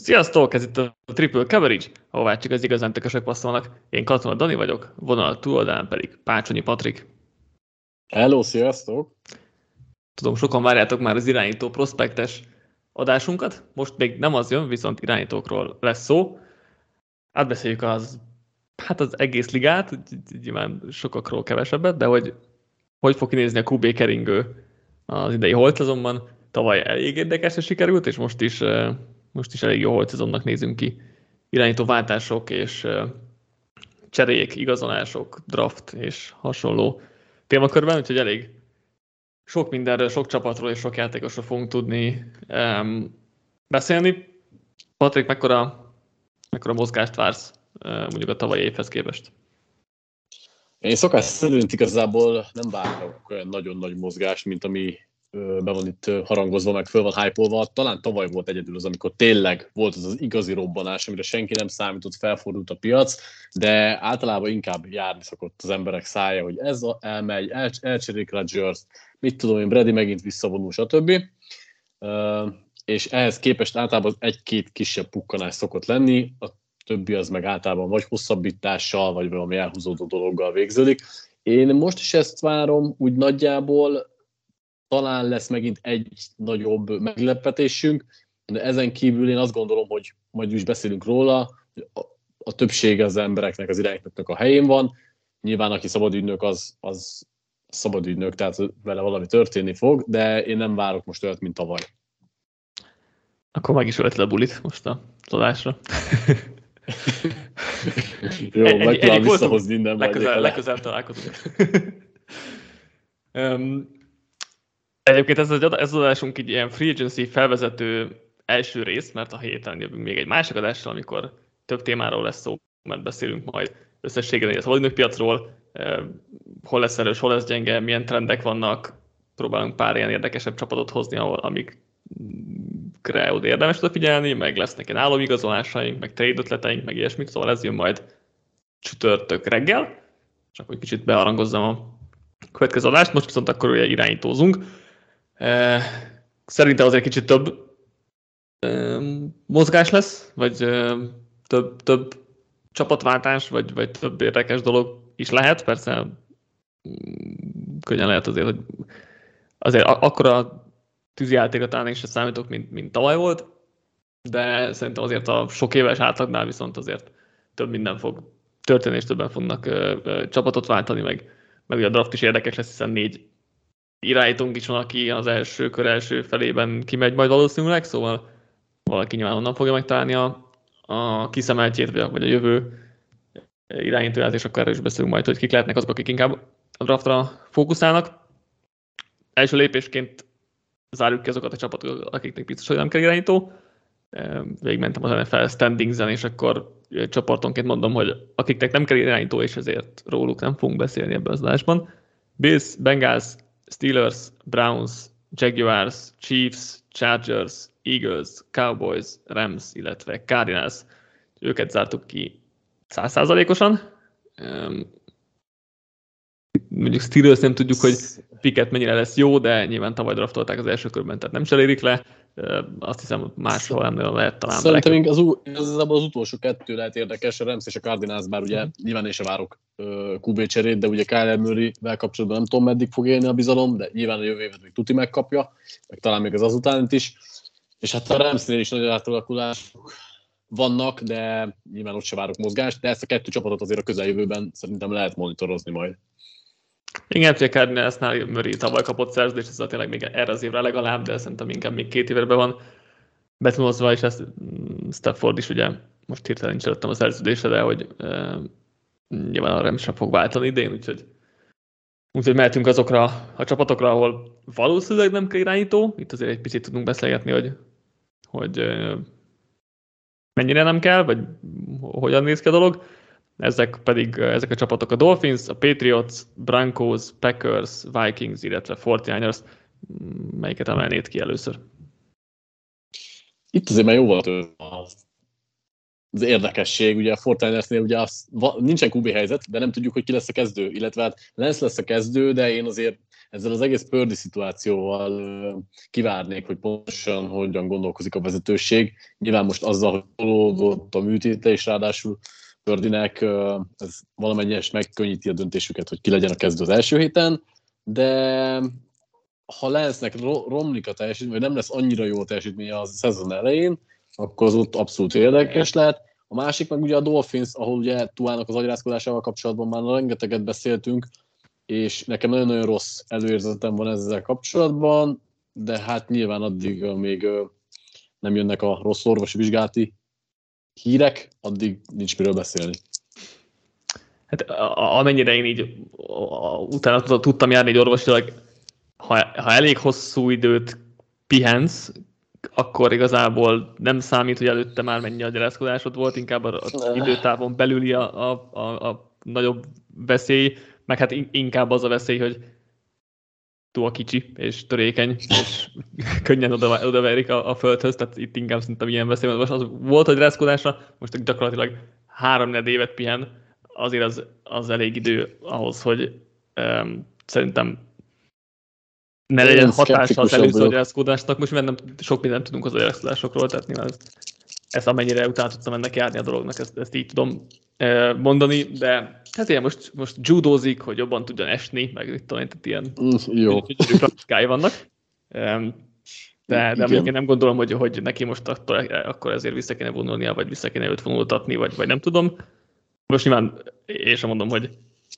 Sziasztok! Ez itt a Triple Coverage, ahová csak az igazán tökösök passzolnak. Én Katona Dani vagyok, vonal túloldalán pedig Pácsonyi Patrik. Hello, sziasztok! Tudom, sokan várjátok már az irányító prospektes adásunkat. Most még nem az jön, viszont irányítókról lesz szó. Átbeszéljük az egész ligát, nyilván sokakról kevesebbet, de hogy fog kinézni a QB keringő az idei holt szezonban. Tavaly elég érdekesre sikerült, és most is elég jó holt szezonnak nézünk ki. Irányító váltások és cserék, igazolások, draft és hasonló témakörben, úgyhogy elég sok mindenről, sok csapatról és sok játékosról fogunk tudni beszélni. Patrik, mekkora mozgást vársz mondjuk a tavalyi évhez képest? Én szokás szerint igazából nem várok olyan nagyon nagy mozgást, mint ami be van itt harangozva, meg föl van hype-olva. Talán tavaly volt egyedül az, amikor tényleg volt az igazi robbanás, amire senki nem számított, felfordult a piac, de általában inkább járni szokott az emberek szája, hogy ez elmegy, elcserélik Rodgers, mit tudom én, Brady megint visszavonul, stb. És ehhez képest általában egy-két kisebb pukkanás szokott lenni, a többi az meg általában vagy hosszabbítással, vagy valami elhúzódó dologgal végződik. Én most is ezt várom, úgy nagyjából talán lesz megint egy nagyobb meglepetésünk, de ezen kívül én azt gondolom, hogy majd is beszélünk róla, hogy a többsége az embereknek, az irányítóknak a helyén van. Nyilván, aki szabadügynök, az szabadügynök, tehát vele valami történni fog, de én nem várok most olyat, mint tavaly. Akkor meg is ölted a bulit most a tudásra. Jó, megpróbálom visszahozni innen. Legközelebb találkozunk. Egyébként ez az adásunk így ilyen free agency felvezető első rész, mert a héten jövünk még egy másik adással, amikor több témáról lesz szó, mert beszélünk majd összességében a szabadügynök piacról, hol lesz erős, hol lesz gyenge, milyen trendek vannak, próbálunk pár ilyen érdekesebb csapatot hozni, amikre oda érdemes odafigyelni, meg lesznek ilyen álomigazolásaink, meg trade ötleteink, meg ilyesmik, szóval ez jön majd csütörtök reggel, csak hogy kicsit beharangozzam a következő adást, most viszont akkor ugye irányítózunk. Szerintem azért kicsit több mozgás lesz, vagy több csapatváltás, vagy több érdekes dolog is lehet, persze könnyen lehet azért akkora tűzijátékra talán én sem számítok, mint tavaly volt, de szerintem azért a sok éves átlagnál viszont azért több minden fog történni, és többen fognak csapatot váltani, meg ugye a draft is érdekes lesz, hiszen 4 irányítónk is van, aki az első kör első felében kimegy majd valószínűleg, szóval valaki nyilván onnan fogja megtalálni a kiszemeltjét, vagy a jövő irányítóját, és akkor erről is beszélünk majd, hogy kik lehetnek azok, akik inkább a draftra fókuszálnak. Első lépésként zárjuk ki azokat a csapatokat, akiknek biztos, hogy nem kell irányító. Végigmentem az NFL standingsen, és akkor csoportonként mondom, hogy akiknek nem kell irányító, és ezért róluk nem fogunk beszélni ebben az adásban. Bills, Bengals, Steelers, Browns, Jaguars, Chiefs, Chargers, Eagles, Cowboys, Rams, illetve Cardinals. Őket zártuk ki 100%-osan. Mondjuk Steelers nem tudjuk, hogy Pickett mennyire lesz jó, de nyilván tavaly draftolták az első körben, tehát nem cserélik le. Azt hiszem, máshol nem lehet talán. Szerintem az utolsó kettő lehet érdekes, a Rams és a Cardinals, bár ugye nyilván én sem várok QB cserét, de ugye Kyler Murray-vel kapcsolatban nem tudom, meddig fog élni a bizalom, de nyilván a jövő évet még tuti megkapja, meg talán még az azutánit is. És hát a Ramsnél is nagyon átalakulások vannak, de nyilván ott sem várok mozgást, de ezt a kettő csapatot azért a közeljövőben szerintem lehet monitorozni majd. Igen, hogy a Cardinalsnál Murray tavaly kapott szerződést, ez tényleg még erre az évre legalább, de szerintem inkább még 2 évre van betonozva, és ezt Stafford is ugye most hirtelen nincs előttem a szerződésre, de hogy nyilván arra sem fog váltani idén, úgyhogy mehetünk azokra a csapatokra, ahol valószínűleg nem kell irányító. Itt azért egy picit tudunk beszélgetni, hogy mennyire nem kell, vagy hogyan néz ki a dolog. Ezek a csapatok a Dolphins, a Patriots, Broncos, Packers, Vikings, illetve 49ers. Melyiket emelnéd ki először? Itt azért már jóval több az érdekesség. Ugye a 49ersnél ugye nincsen QB helyzet, de nem tudjuk, hogy ki lesz a kezdő. Illetve hát lesz a kezdő, de én azért ezzel az egész Purdy szituációval kivárnék, hogy pontosan hogyan gondolkozik a vezetőség. Nyilván most azzal, hogy tolódott a műtéte, és ráadásul Purdynek ez valamennyire megkönnyíti a döntésüket, hogy ki legyen a kezdő az első héten, de ha Lance-nek romlik a teljesítmény, vagy nem lesz annyira jó a teljesítménye a szezon elején, akkor az ott abszolút érdekes lehet. A másik meg ugye a Dolphins, ahol ugye Tuának az agyarázkodásával kapcsolatban már rengeteget beszéltünk, és nekem nagyon-nagyon rossz előérzetem van ezzel kapcsolatban, de hát nyilván addig még nem jönnek a rossz orvosi vizsgálati hírek, addig nincs miről beszélni. Hát amennyire én így utána tudtam járni egy orvosilag, ha elég hosszú időt pihensz, akkor igazából nem számít, hogy előtte már mennyi agyarázkodásod volt, inkább az időtávon belüli a nagyobb veszély, meg hát inkább az a veszély, hogy túl kicsi és törékeny, és könnyen odaverik a földhöz, tehát itt inkább szerintem ilyen veszély. Most az volt agyarázkodása, most gyakorlatilag 3-4 évet pihen, azért az elég idő ahhoz, hogy szerintem ne legyen hatása az előző agyarázkodásnak. Most már nem sok mindent tudunk az agyarázkodásokról, tehát nyilván ezt amennyire utána tudtam ennek járni a dolognak, ezt így tudom mondani, de hát ilyen most judózik, hogy jobban tudjon esni, meg itt tudom, tehát ilyen praktikái vannak. De én nem gondolom, hogy neki most akkor ezért vissza kéne vonulnia, vagy vissza kéne őt vonultatni, vagy nem tudom. Most nyilván én sem mondom, hogy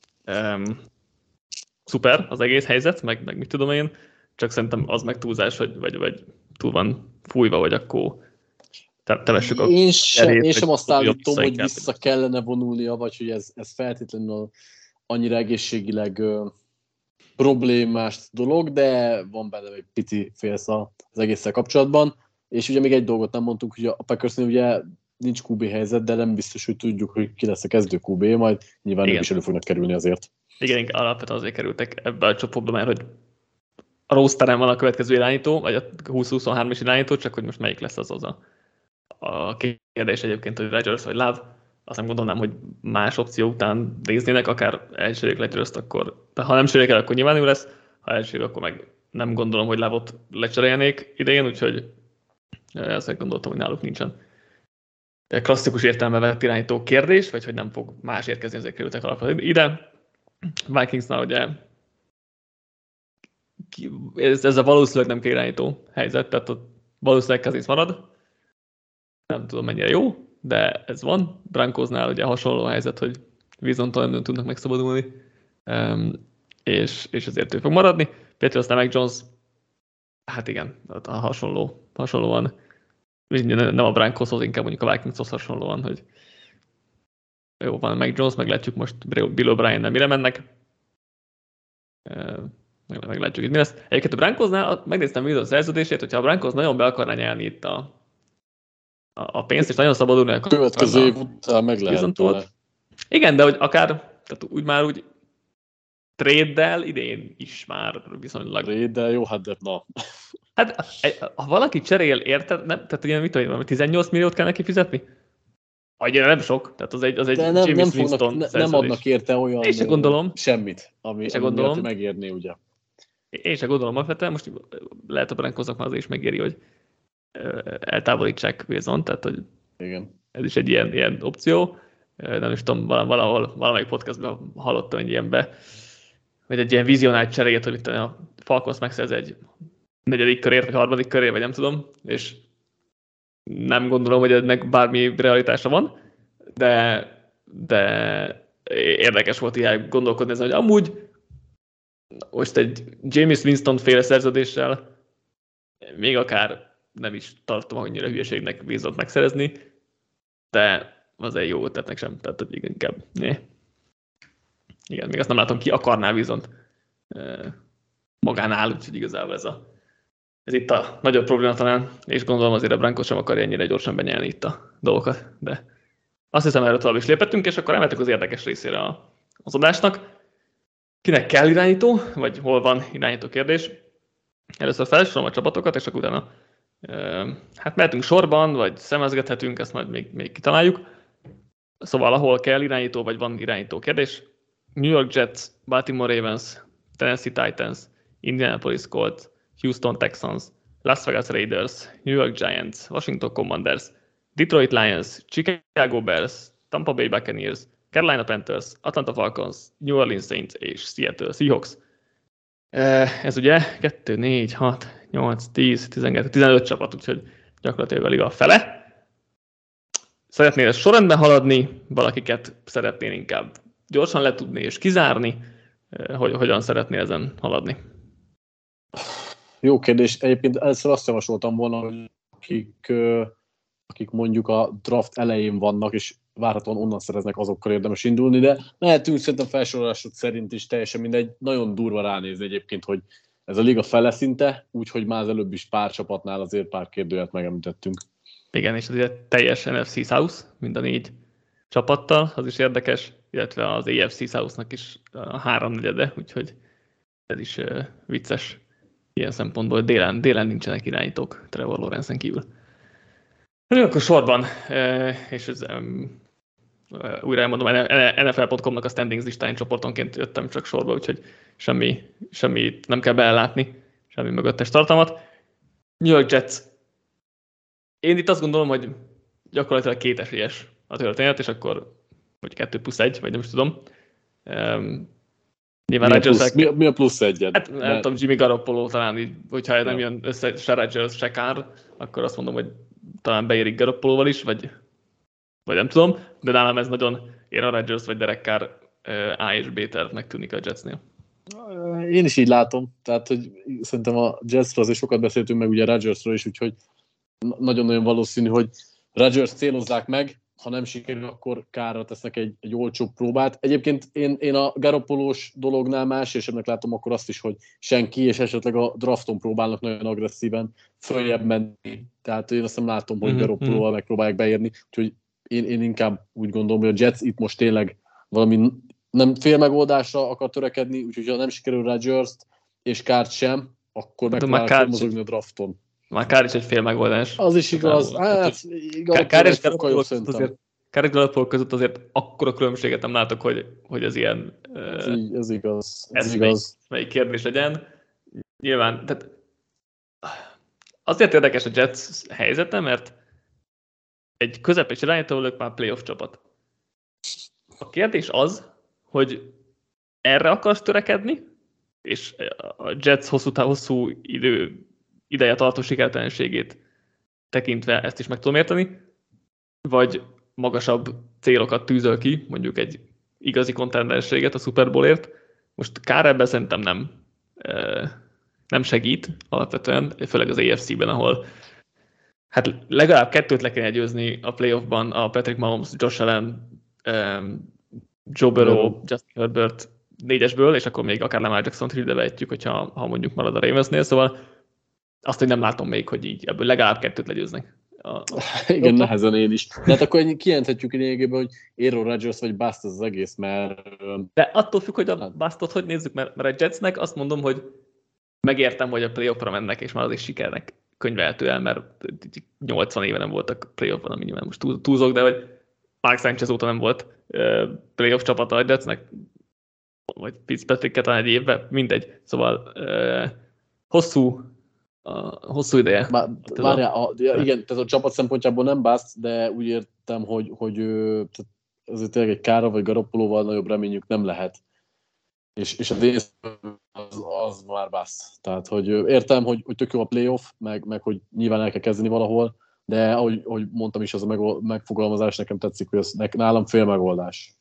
szuper az egész helyzet, meg mit tudom én, csak szerintem az meg túlzás, vagy túl van fújva, vagy akkor temessük a Én sem azt állítom, hogy vissza kellene vonulnia, vagy hogy ez feltétlenül annyira egészségileg problémás dolog, de van benne egy pici félsz az egésszel kapcsolatban. És ugye még egy dolgot nem mondtunk, hogy a Packersnél ugye nincs QB helyzet, de nem biztos, hogy tudjuk, hogy ki lesz a kezdő QB, majd nyilván ők is elő fognak kerülni azért. Igen, alapvetően azért kerültek ebbe a csoportba, mert hogy a rosteren van a következő irányító, vagy a 20-23-es irányító, csak hogy most melyik lesz az a kérdés egyébként, hogy Rodgers vagy Love, azt nem gondolnám, hogy más opció után néznének, akár elsőjük Rodgers-t, akkor, ha nem sérülik el, akkor nyilván ő lesz, ha elsőjük, akkor meg nem gondolom, hogy Love-ot lecserélnék idején, úgyhogy ezt gondoltam, hogy náluk nincsen klasszikus értelemben vett irányító kérdés, vagy hogy nem fog más érkezni, ezért kerültek alapvetően ide. Vikingsnál ugye ez a valószínűleg nem kell irányító helyzet, tehát ott valószínűleg Cousins marad. Nem tudom mennyire jó, de ez van. Broncosnál ugye hasonló a helyzet, hogy Wilsontól nem tudnak megszabadulni, és ezért ő fog maradni. Patriotsnál meg Jones, hát igen, hasonlóan, nem a Broncoshoz, inkább mondjuk a Vikingshoz hasonlóan, hogy jó, van meg Jones, meglátjuk most Bill O'Briennel mire mennek. Meglátjuk itt mi lesz. Egyébként a Broncosnál megnéztem Wilson szerződését, hogyha a Broncos nagyon be akarná nyelni itt a pénzt, és nagyon szabadulni a következő év után meg lehet tőle. Igen, de hogy akár, tehát úgy trade-del idén is már viszonylag. Trade-del, jó, hát de na. Hát, ha valaki cserél, érted? Nem, tehát ugye mit tudom, 18 milliót kell neki fizetni? Annyira nem sok, tehát az egy James Winston szerződés. Nem adnak érte olyan én se gondolom, semmit, ami megérné, ugye. Én se gondolom alapvetően, most lehet a Broncosnak már azért is megéri, hogy eltávolítsák Wilson, tehát hogy igen. Ez is egy ilyen opció. Nem is tudom, valamelyik podcastban hallottam egy ilyenbe, vagy egy ilyen vizionált cserét, hogy a Falcons megszerz egy 4. körért, vagy 3. körért, vagy nem tudom, és nem gondolom, hogy ennek bármi realitása van, de érdekes volt ilyen gondolkodni ezen, hogy amúgy most egy James Winston féle szerződéssel még akár nem is tartom annyira hülyeségnek Wilsont megszerezni, de azért jó ötletnek sem, tehát hogy inkább igen, még azt nem látom, ki akarná Wilsont magánál, úgyhogy igazából ez itt a nagyobb probléma talán, és gondolom azért a Broncos sem akarja ennyire gyorsan benyelni itt a dolgokat, de azt hiszem, erről tovább is léphetünk, és akkor emeltük az érdekes részére az adásnak. Kinek kell irányító, vagy hol van irányító kérdés? Először felsorolom a csapatokat, és akkor utána hát mehetünk sorban, vagy szemezgethetünk, ezt majd még kitaláljuk. Szóval ahol kell irányító, vagy van irányító kérdés. New York Jets, Baltimore Ravens, Tennessee Titans, Indianapolis Colts, Houston Texans, Las Vegas Raiders, New York Giants, Washington Commanders, Detroit Lions, Chicago Bears, Tampa Bay Buccaneers, Carolina Panthers, Atlanta Falcons, New Orleans Saints és Seattle Seahawks. Ez ugye 2, 4, 6, 8, 10, 12, 15 csapat, úgyhogy gyakorlatilag a liga fele. Szeretnél ezt sorrendben haladni, valakiket szeretnél inkább gyorsan letudni és kizárni, hogy hogyan szeretnél ezen haladni? Jó kérdés. Egyébként először azt javasoltam volna, hogy akik mondjuk a draft elején vannak, és várhatóan onnan szereznek, azokkal érdemes indulni, de lehetünk szerintem felsorolásod szerint is teljesen mindegy. Nagyon durva ránézni egyébként, hogy ez a liga fele szinte, úgyhogy már az előbb is pár csapatnál azért pár kérdőjelt megemlítettünk. Igen, és azért teljes NFC South, mind a 4 csapattal, az is érdekes, illetve az AFC South-nak is a 3/4, úgyhogy ez is vicces ilyen szempontból. Délen nincsenek irányítók Trevor Lawrence-en kívül. Akkor sorban, és ez, újra elmondom, NFL.com-nak a standings listáin csoportonként jöttem csak sorba, úgyhogy semmit nem kell belelátni, semmi mögöttes tartalmat. New York Jets. Én itt azt gondolom, hogy gyakorlatilag 2 esélyes a történet, és akkor vagy 2+1, vagy nem is tudom. Nyilván mi a plusz egyed? Hát, nem tudom, Jimmy Garoppolo talán így, hogyha nem jön össze se Rodgers, se Carr, akkor azt mondom, hogy talán beérik Garoppolóval is, vagy nem tudom, de nálam ez nagyon Aaron Rodgers vagy Derek Carr A és B tervnek tűnik a Jetsnél. Én is így látom, tehát hogy szerintem a Jetsről azért sokat beszéltünk meg ugye Rodgersről is, úgyhogy nagyon-nagyon valószínű, hogy Rodgers célozzák meg, ha nem sikerül, akkor Carrra tesznek egy olcsóbb próbát. Egyébként én a Garoppolós dolognál más esebbnek látom akkor azt is, hogy senki, és esetleg a drafton próbálnak nagyon agresszíven följebb menni. Tehát én azt nem látom, hogy Garoppolóval megpróbálják beérni, úgyhogy én inkább úgy gondolom, hogy a Jets itt most tényleg valami nem fél megoldásra akar törekedni, úgyhogy ha nem sikerül Rodgers-t és Carrt sem, akkor megpróbálják mozogni a drafton. Már Carr is egy fél megoldás. Az is igaz. Carr és Garoppolo között azért akkora különbséget nem látok, hogy ez ilyen... Ez igaz. Ez igaz. Melyik kérdés legyen. Nyilván, tehát azért érdekes a Jets helyzete, mert egy közepes irányító ők már playoff csapat. A kérdés az, hogy erre akarsz törekedni, és a Jets hosszú ideje tartó sikertelenségét tekintve ezt is meg tudom érteni, vagy magasabb célokat tűzöl ki, mondjuk egy igazi kontenderséget a Super Bowlért. Most Carr ebben szerintem nem segít alapvetően, főleg az AFC-ben, ahol hát legalább 2 le kell győzni a playoffban a Patrick Mahomes, Josh Allen, Joe Burrow, Justin Herbert 4-esből, és akkor még akár Lamar Jackson-t ide vehetjük, hogyha mondjuk marad a Ravensnél, szóval azt, hogy nem látom még, hogy így ebből legalább 2 legyőznek. Igen, nehezen én is. De hát akkor kijelenthetjük lényegében, hogy Aaron Rodgers vagy bust az egész, mert... De attól függ, hogy a bustot hogy nézzük, mert a Jetsnek azt mondom, hogy megértem, hogy a playoffra mennek, és már az is sikernek könyvelhető el, mert 80 éve nem voltak playoffban, ami nyilván most túlzok, de hogy Mark Sanchez óta nem volt playoff csapata a Jetsnek, vagy Fitzpatrick-et talán egy évben, mindegy. Szóval hosszú ideje. Igen, tehát a csapat szempontjából nem bust, de úgy értem, hogy azért tényleg egy Carra vagy Garoppolóval nagyobb reményük nem lehet. És a dész az már bust. Tehát, hogy értem, hogy tök jó a playoff, meg hogy nyilván el kell kezdeni valahol, de ahogy mondtam is, az a megfogalmazás nekem tetszik, hogy az nálam fél megoldás.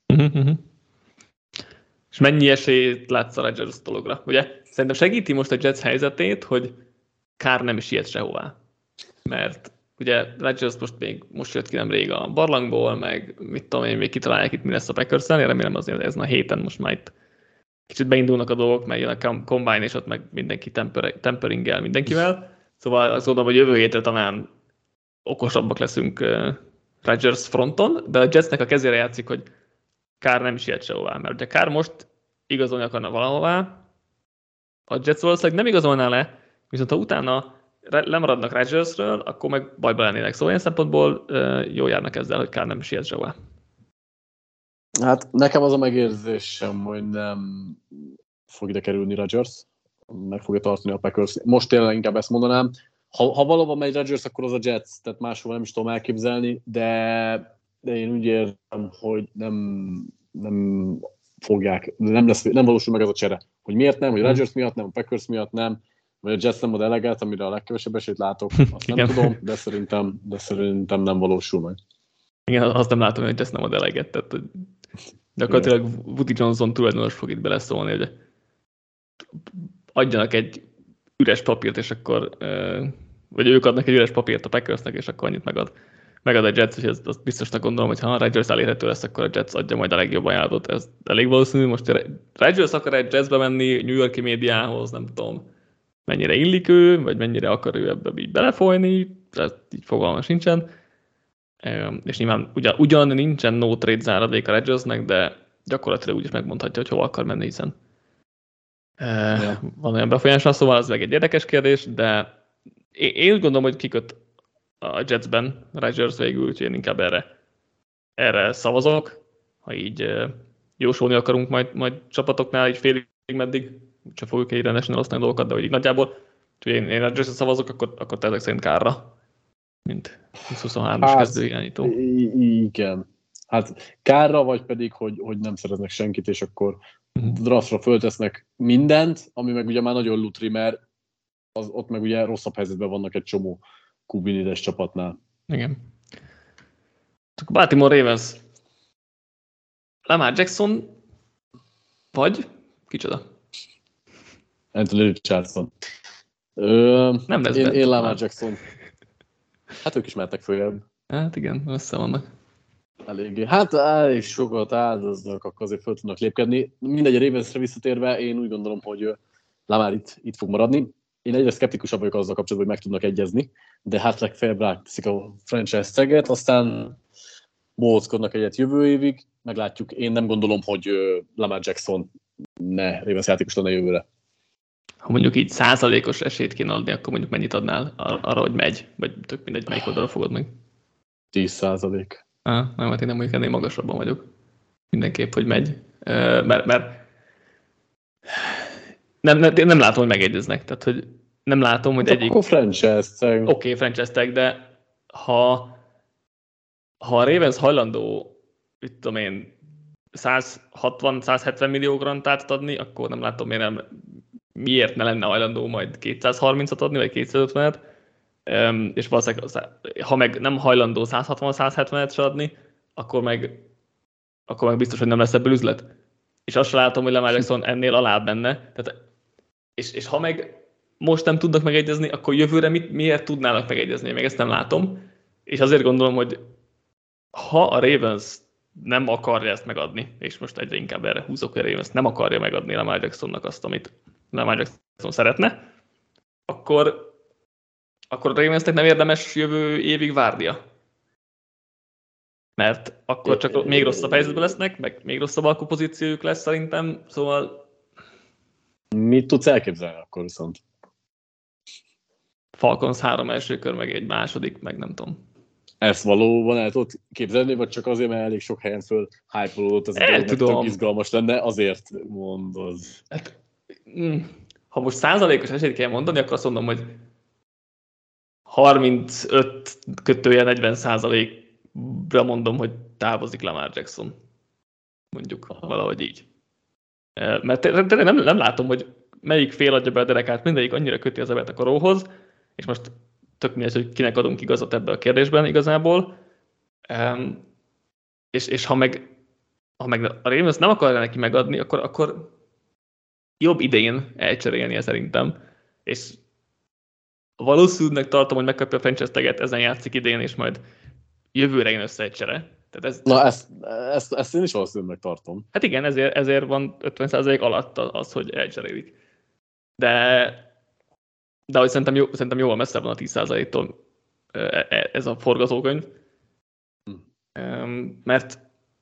És mennyi esélyt látsz a Rodgers dologra? Ugye szerintem segíti most a Jets helyzetét, hogy Carr nem is ilyet sehová. Mert ugye Rodgers most jött ki nemrég a barlangból, meg mit tudom én, még kitalálják itt mi lesz a Packers-en, én remélem azért ezen a héten most már itt kicsit beindulnak a dolgok, meg jön a combine, és ott meg mindenki temperingel mindenkivel. Szóval azt mondom, hogy jövő hétre talán okosabbak leszünk Rodgers fronton, de a Jetsnek a kezére játszik, hogy Carr nem is ilyet sehová. Mert ugye Carr most igazolni akarna valahová, a Jets valószínűleg nem igazolná le, viszont ha utána lemaradnak Rodgersről, akkor meg bajba lennének. Szóval ilyen szempontból jól járnak ezzel, hogy Carr nem is ilyet sehová. Hát nekem az a megérzésem, hogy nem fog ide kerülni Rodgers. meg fogja tartani a Packers. Most tényleg inkább ezt mondanám. Ha valóban megy Rodgers, akkor az a Jets, tehát máshol nem is tudom elképzelni, de én úgy érzem, hogy nem fogják, nem valósul meg az a csere. Hogy miért nem, hogy Rodgers miatt nem, a Packers miatt nem, vagy a Jets nem ad eleget, amire a legkevesebb esélyt látok, azt nem tudom, de szerintem nem valósul meg. Igen, azt nem látom, hogy a Jets nem ad eleget, tehát gyakorlatilag Woody Johnson tulajdonos fog itt beleszólni, hogy adjanak egy üres papírt, és akkor, vagy ők adnak egy üres papírt a Packersnek, és akkor annyit megad a Jets, és azt biztosnak gondolom, hogy ha a Rodgers elérhető lesz, akkor a Jets adja majd a legjobb ajánlatot. Ez elég valószínű. Most Rodgers akar egy Jetsbe menni, New York-i médiához, nem tudom, mennyire illik ő, vagy mennyire akar ő ebbe így belefolyni, ez így fogalma sincsen. És nyilván ugyan nincsen no trade záradék a Rodgersnek, de gyakorlatilag úgy is megmondhatja, hogy hova akar menni, hiszen van olyan befolyása, szóval ez meg egy érdekes kérdés, de én úgy gondolom, hogy kiköt a Jetsben Rodgers végül, úgyhogy én inkább erre szavazok, ha így jósolni akarunk majd csapatoknál, így félig meddig, úgyse fogjuk egy rendesen osztani dolgokat, de hogy így nagyjából, úgyhogy én Rodgersre szavazok, akkor te ezek szerint Kárra, mint 23-as kezdőirányító. Igen. Hát Kárra, vagy pedig, hogy nem szereznek senkit, és akkor draftra föltesznek mindent, ami meg ugye már nagyon lutri, mert ott meg ugye rosszabb helyzetben vannak egy csomó Kubinides csapatnál. Igen. Csak Baltimore Ravens. Lamar Jackson vagy kicsoda? Anthony Richardson. Nem lesz én Lamar Jackson. Hát ők is mehettek följebb. Hát igen, össze vannak. Eléggé. Hát elég sokat áldoznak, akkor azért föl tudnak lépkedni. Mindegy, a Ravensre visszatérve, én úgy gondolom, hogy Lamar itt fog maradni. Én egyre szkeptikusabb vagyok azzal kapcsolatban, hogy meg tudnak egyezni, de hát legfeljebb ráteszik a franchise taget, aztán bohóckodnak egyet jövő évig, meglátjuk. Én nem gondolom, hogy Lamar Jackson ne Ravens játékos lenne jövőre. Ha mondjuk így 100%-os esélyt kéne adni, akkor mondjuk mennyit adnál arra, hogy megy? Vagy tök mindegy, melyik oldalra fogod meg? 10%. Nem, hát én nem mondjuk ennél magasabban vagyok. Mindenképp, hogy megy. Mert nem látom, hogy megegyeznek. Tehát, hogy nem látom, hogy egyik... Akkor franchise tag. Oké, franchise tag, de ha a Ravens hajlandó, mit tudom én, 160-170 millió grantát adni, akkor nem látom, miért ne lenne hajlandó majd 230-at adni, vagy 250-et, és valószínűleg, ha meg nem hajlandó 160-170-et se adni, akkor meg biztos, hogy nem lesz ebből üzlet. És azt sem látom, hogy Lamar Jackson ennél alább benne. Tehát, és ha meg most nem tudnak megegyezni, akkor jövőre miért tudnának megegyezni? Még ezt nem látom. És azért gondolom, hogy ha a Ravens nem akarja ezt megadni, és most egyre inkább erre húzok, hogy a Ravens nem akarja megadni Lamar Jacksonnak azt, amit Lamar Jackson szeretne, akkor a Ravensnek nem érdemes jövő évig várnia. Mert akkor csak még rosszabb helyzetben lesznek, meg még rosszabb alkupozíciójuk lesz szerintem, szóval... Mit tudsz elképzelni akkor viszont? Falcons 3 első kör, meg egy második, meg nem tudom. Ezt valóban el tudod képzelni, vagy csak azért, mert elég sok helyen föl hype-olódott, ez egy tök izgalmas lenne, azért mondod. Hát, ha most 100%-os esélyt kell mondani, akkor azt mondom, hogy 35-40%-ra mondom, hogy távozik Lamar Jackson. Mondjuk valahogy így. Mert nem látom, hogy melyik fél adja be a derekát, mindegyik annyira köti az ebet a karóhoz, és most tök mindegy, hogy kinek adunk igazat ebbe a kérdésben igazából. És ha meg a Ravens nem akarja neki megadni, akkor jobb idején elcserélnie szerintem. És valószínűleg tartom, hogy megkapja a franchise taget, ezen játszik idén, és majd jövőre jön össze egy csere. Ezt én is valószínűleg tartom. Hát igen, ezért van 50% alatt az, hogy elcserélik. De hogy szerintem jóval messzebb van a 10%-tól ez a forgatókönyv. Mert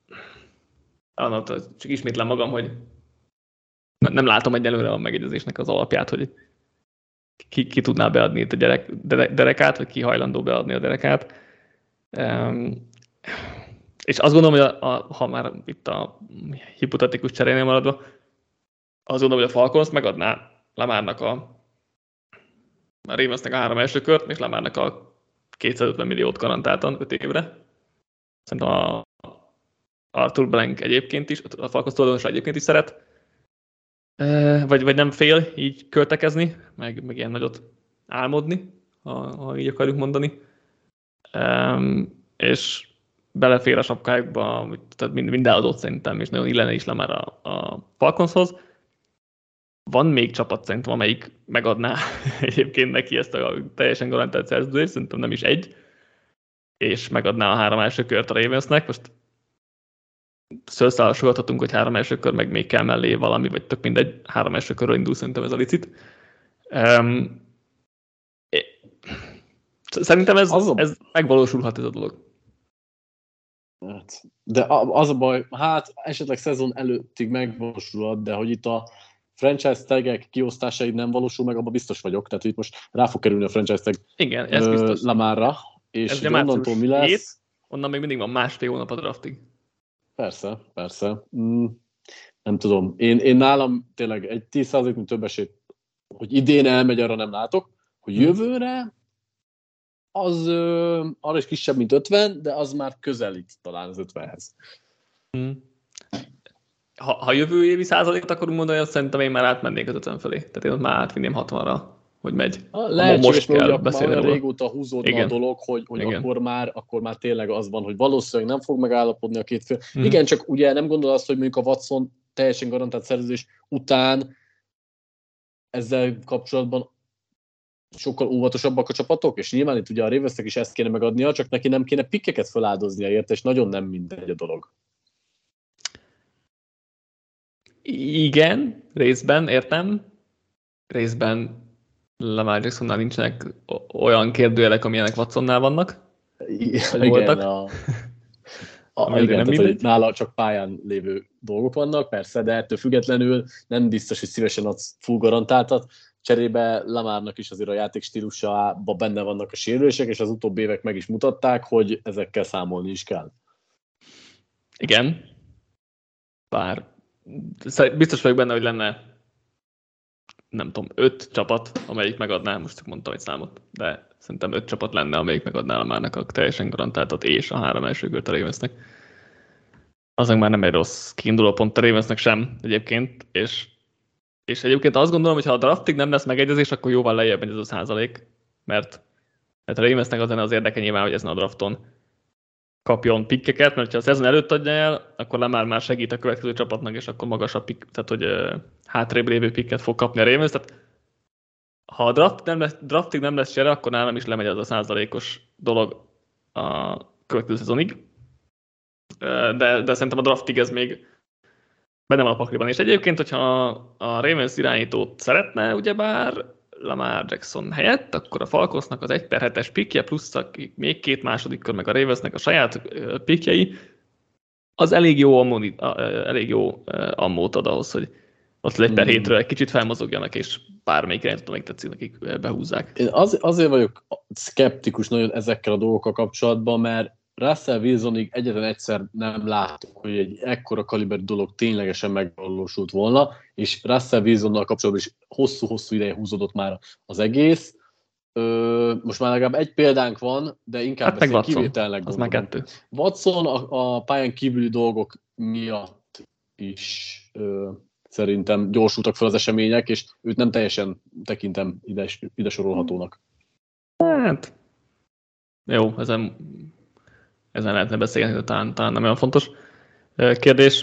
csak ismétlem magam, hogy nem látom egyelőre a megegyezésnek az alapját, hogy ki tudná beadni itt a derekát, vagy ki hajlandó beadni a derekát. És azt gondolom, hogy ha már itt a hipotetikus cserénél maradva, azt gondolom, hogy a Falcons megadná Lamarnak a Ravensnek a 3 első kört, és Lamarnak a 250 milliót garantáltan 5 évre. Szerintem a Arthur Blank egyébként is, a Falcons tulajdonos egyébként is szeret, vagy nem fél így költekezni, meg ilyen nagyot álmodni, ha így akarjuk mondani. És belefér a sapkájukba, tehát minden adott szerintem, és nagyon illene is le már a Falconshoz. Van még csapat szerintem, amelyik megadná egyébként neki ezt a teljesen garantált szerződést, szerintem nem is egy, és megadná a 3 első kört a Ravensnek. Most szőrszálasogathatunk, hogy 3 első kör, meg még kell mellé valami, vagy tök mindegy, 3 első körről indul szerintem ez a licit. Szerintem ez megvalósulhat ez a dolog. De az a baj, hát esetleg szezon előttig megvalósulhat, de hogy itt a franchise tagek kiosztásaid nem valósul meg, abban biztos vagyok. Tehát itt most rá fog kerülni a franchise tag igen, ez biztos. Lamarra, és onnantól mi lesz? Onnan még mindig van másfél hónap a draftig. Persze. Nem tudom. Én nálam tényleg egy 10%-nál több esélyt, hogy idén elmegy, arra nem látok, hogy jövőre az arra is kisebb, mint 50, de az már közelít talán az 50-hez. Ha jövő évi százalékot akarunk mondani, azt szerintem én már átmennék az 50 felé. Tehát én ott már átvinném 60-ra, hogy megy. Lehetséges, hogy már olyan régóta húzódna a dolog, hogy akkor már tényleg az van, hogy valószínűleg nem fog megállapodni a két fél. Igen, csak ugye nem gondol azt, hogy mondjuk a Watson teljesen garantált szerződés után ezzel kapcsolatban sokkal óvatosabbak a csapatok, és nyilván itt ugye a Ravensnek is ezt kéne megadnia, csak neki nem kéne pikkeket feláldoznia érte, és nagyon nem mindegy a dolog. Igen, részben értem. Részben Lamar Jacksonnál nincsenek olyan kérdőjelek, amilyenek Watsonnál vannak. Igen, voltak. Igen, tehát, hogy nála csak pályán lévő dolgok vannak, persze, de ettől függetlenül nem biztos, hogy szívesen adsz full garantáltat. Cserébe Lamarnak is azért a játék stílusában benne vannak a sérülések, és az utóbbi évek meg is mutatták, hogy ezekkel számolni is kell. Igen. Bár biztos vagyok benne, hogy lenne, nem tudom, 5 csapat, amelyik megadná, most csak mondtam egy számot, de szerintem 5 csapat lenne, amelyik megadná Lamarnak a teljesen garantáltat és a 3 első kört a Ravensnek. Azon már nem egy rossz kiinduló pont a Ravensnek sem egyébként, és egyébként azt gondolom, hogy ha a draftig nem lesz megegyezés, akkor jóval lejjebb megy ez a százalék, mert a Ravensnek az lenne az érdeke nyilván, hogy ezen a drafton kapjon pikkeket, mert ha a szezon előtt adja el, akkor Lamar már segít a következő csapatnak, és akkor magasabb pikk, tehát hogy hátrébb lévő pikket fog kapni a Ravens. Tehát ha a draftig nem lesz csere, akkor nálam is lemegy az a százalékos dolog a következő szezonig. De szerintem a draftig ez még benne van a pakliban. És egyébként, hogyha a Ravens irányítót szeretne, ugyebár Lamar Jackson helyett, akkor a Falconsnak az 1/7-es pickje, plusz még 2 második kör, meg a Ravensnek a saját pickjei, az elég jó ammót ad ahhoz, hogy ott 1/7-ről egy kicsit felmozogjanak, és bármelyik irányítót, amelyik tetszik, nekik behúzzák. Én azért vagyok szkeptikus nagyon ezekkel a dolgokkal kapcsolatban, mert Russell Wilsonig egyetlen egyszer nem látok, hogy egy ekkora kaliberű dolog ténylegesen megvalósult volna, és Russell Wilsonnal kapcsolatban is hosszú-hosszú ideje húzódott már az egész. Most már legalább egy példánk van, de inkább ezt kivételnek gondolom. Az már 2. Watson a pályán kívüli dolgok miatt is szerintem gyorsultak fel az események, és őt nem teljesen tekintem ide sorolhatónak. Hát, jó, ezen lehetne beszélni, de talán nem olyan fontos kérdés.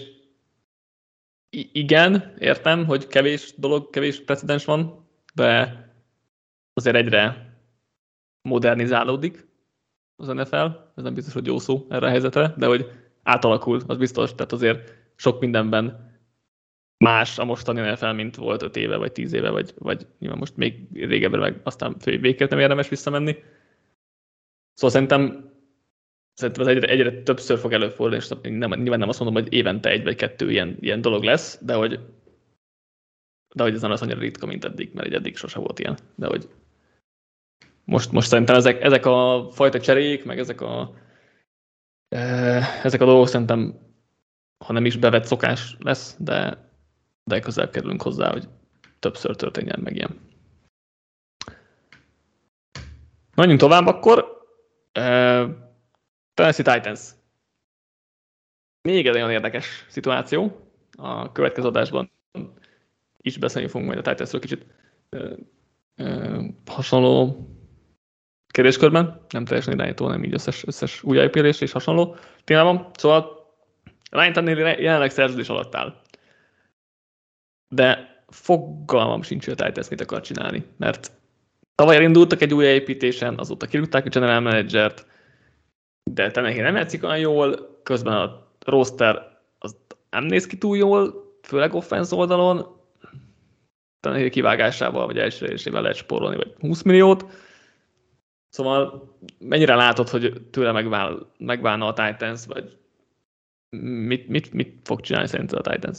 Igen, értem, hogy kevés precedens van, de azért egyre modernizálódik az NFL. Ez nem biztos, hogy jó szó erre a helyzetre, de hogy átalakul, az biztos. Tehát azért sok mindenben más a mostani NFL, mint volt 5 éve, vagy 10 éve, vagy nyilván most még régebbre, meg aztán végképp nem érdemes visszamenni. Szóval szerintem ez egyre többször fog előfordulni, és nyilván nem azt mondom, hogy évente 1 vagy 2 ilyen dolog lesz, de hogy ez nem lesz annyira ritka, mint eddig, mert eddig sose volt ilyen. De hogy most szerintem ezek a fajta cserék, meg ezek a dolgok szerintem, ha nem is bevett szokás lesz, de közel kerülünk hozzá, hogy többször történjen meg ilyen. Menjünk tovább akkor. Tennessee Titans. Még egy olyan érdekes szituáció. A következő adásban is beszélni fogunk majd a Titansről kicsit hasonló kérdéskörben. Nem teljesen irányító, nem így összes újjáépülés és hasonló témában. Szóval Ryan Tannehill jelenleg szerződés alatt áll. De fogalmam sincs, hogy a Titans mit akar csinálni, mert tavaly elindultak egy újjáépítésen, azóta kirúgták a general managert, de Tannehill nem játszik olyan jól, közben a roster az nem néz ki túl jól, főleg offense oldalon, Tannehill kivágásával vagy elsőrésével lehet spórolni, vagy 20 milliót. Szóval mennyire látod, hogy tőle megválna a Titans, vagy mit fog csinálni szerinted a Titans?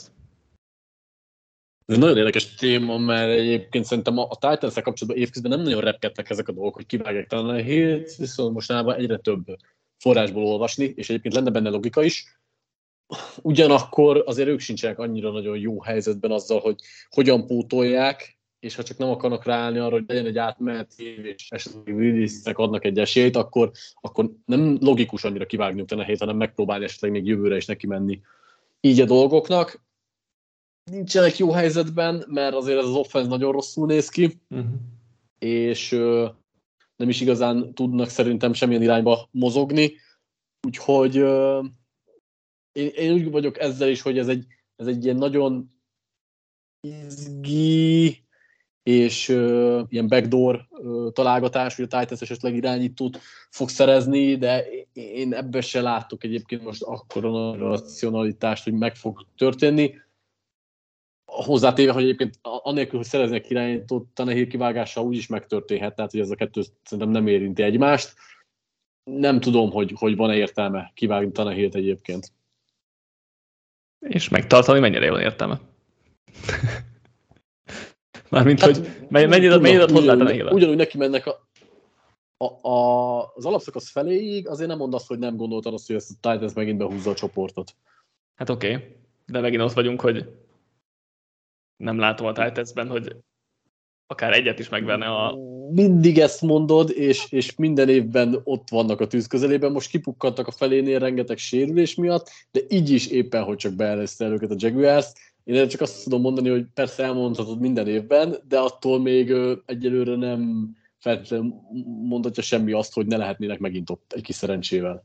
Ez nagyon érdekes téma, mert egyébként szerintem a Titans-szel kapcsolatban évközben nem nagyon repkedtek ezek a dolgok, hogy kivágják talán a hét, viszont mostanában egyre több forrásból olvasni, és egyébként lenne benne logika is. Ugyanakkor azért ők sincsenek annyira nagyon jó helyzetben azzal, hogy hogyan pótolják, és ha csak nem akarnak ráállni arra, hogy legyen egy átmeneti év, és esetleg Willisnek adnak egy esélyt, akkor nem logikus annyira kivágni utána a hét, hanem megpróbálni esetleg még jövőre is neki menni így a dolgoknak. Nincsenek jó helyzetben, mert azért ez az offense nagyon rosszul néz ki, és nem is igazán tudnak szerintem semmilyen irányba mozogni. Úgyhogy én úgy vagyok ezzel is, hogy ez egy ilyen nagyon izgi és ilyen backdoor találgatás, hogy a Titans esetleg irányítót fog szerezni, de én ebben se látok egyébként most akkora racionalitást, hogy meg fog történni. Hozzátéve, hogy egyébként anélkül, hogy szereznek irányítót, Tannehill kivágással úgyis megtörténhet, tehát hogy ez a kettő szerintem nem érinti egymást. Nem tudom, hogy van-e értelme kivágni Tannehillt egyébként. És megtartani mennyire van értelme? Mármint, hát, hogy mennyire hozzá Tannehill-el? Ugyanúgy neki mennek az alapszakasz feléig, azért nem mondd azt, hogy nem gondoltad azt, hogy ezt a Titans megint behúzza a csoportot. Hát oké, de megint ott vagyunk, hogy nem látom a Titansben, hogy akár egyet is megverne a... Mindig ezt mondod, és minden évben ott vannak a tűz közelében. Most kipukkantak a felénél rengeteg sérülés miatt, de így is éppen, hogy csak beelezte el őket a Jaguars. Én csak azt tudom mondani, hogy persze elmondhatod minden évben, de attól még egyelőre nem feltétlenül mondhatja semmi azt, hogy ne lehetnének megint ott egy kis szerencsével.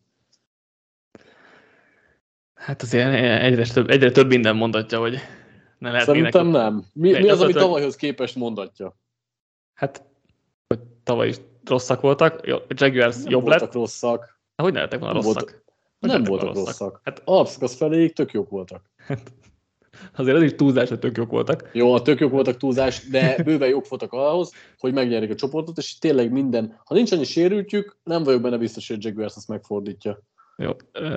Hát azért egyre több minden mondatja, hogy ne lehetnének. Szerintem nem. Mi az, ami tavalyhoz képest mondatja? Hát, hogy tavaly is rosszak voltak, a Jaguars nem jobb voltak lett. Rosszak. Hogy ne lettek volna rosszak? Nem voltak rosszak. Hát alapszakasz feléig tök jók voltak. Hát, azért az is túlzás, hogy tök jók voltak. Jó, a tök jók voltak túlzás, de bőven jók voltak ahhoz, hogy megnyerik a csoportot, és tényleg minden. Ha nincs annyi sérültjük, nem vagyok benne biztos, hogy a Jaguars azt megfordítja. Jó.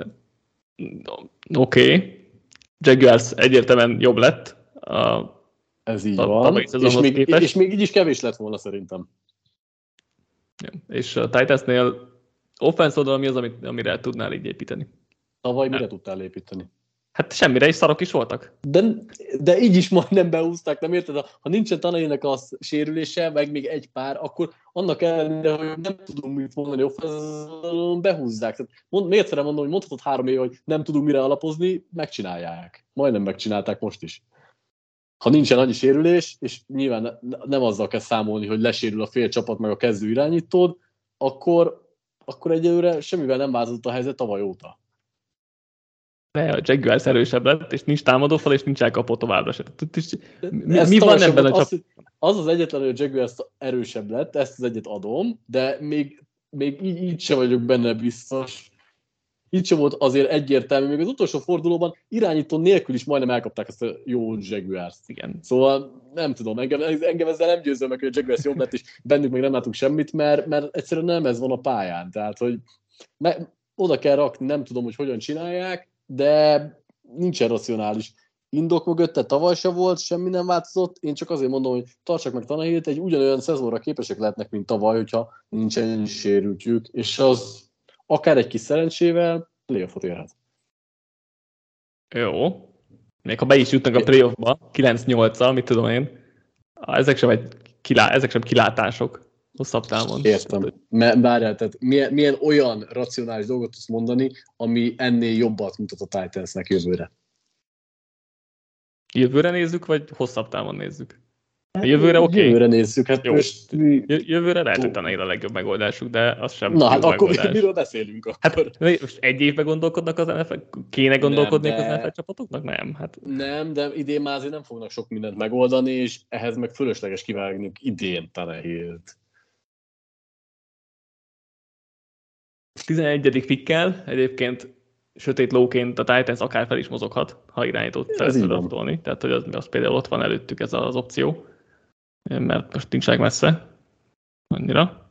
Oké. Jaguars egyértelműen jobb lett. Ez így van. És még így is kevés lett volna szerintem. Ja. És a Titansnél offense oldalon mi az, amire tudnál így építeni? Tavaly mire tudtál építeni? Hát semmire, is szarok is voltak. De így is majdnem behúzták, nem érted? Ha nincsen Tannehillnek a sérülése, meg még egy pár, akkor annak ellenére, hogy nem tudunk mit mondani, offense behúzzák. Tehát még egyszer mondom, hogy mondhatod 3 év, hogy nem tudunk mire alapozni, megcsinálják. Majdnem megcsinálták most is. Ha nincsen annyi sérülés, és nyilván nem azzal kell számolni, hogy lesérül a fél csapat meg a kezdő irányítód, akkor egyelőre semmivel nem változott a helyzet tavaly óta. De a Jaguars erősebb lett, és nincs támadófal, és nincs elkapó továbbra se. Mi van ebben a csapatban? Az egyetlen, hogy a Jaguars erősebb lett, ezt az egyet adom, de még így sem vagyok benne biztos. Így sem volt azért egyértelmű, még az utolsó fordulóban irányító nélkül is majdnem elkapták ezt a jó Jaguars-t. Igen. Szóval nem tudom, engem ezzel nem győzöm meg, hogy a Jaguars jobb lett, és bennük még nem látunk semmit, mert egyszerűen nem ez van a pályán. Tehát, hogy oda kell rakni, nem tudom, hogy hogyan csinálják, de nincsen racionális indok mögötte, tavaly se volt, semmi nem változott, én csak azért mondom, hogy tartsak meg Tannehillt, egy ugyanolyan szezonra képesek lehetnek, mint tavaly, hogyha nincsen sérültjük, és az akár egy kis szerencsével playoffot érhet. Jó. Még ha be is jutnak a playoffba, 9-8-al, mit tudom én. Ezek sem kilátások hosszabb távon. Értem. Várjál, tehát milyen olyan racionális dolgot tudsz mondani, ami ennél jobbat mutat a Titansnek jövőre? Jövőre nézzük, vagy hosszabb távon nézzük? A jövőre oké. Jövőre nézzük. Hát jó. Most Jövőre lehet, hogy talán a legjobb megoldásuk, de az sem na, jó hát akkor megoldás. miről beszélünk akkor? Hát most egy évben gondolkodnak az NFL? Kéne gondolkodni az NFL csapatoknak? Nem. Hát. Nem, de idén már azért nem fognak sok mindent megoldani, és ehhez meg fölösleges kivágni idén Tannehilt. 11. pikkel egyébként sötét lóként a Titans akár fel is mozoghat, ha irányítót szeretne draftolni. Tehát, hogy az például ott van előttük ez az opció, mert most nincsenek messze annyira.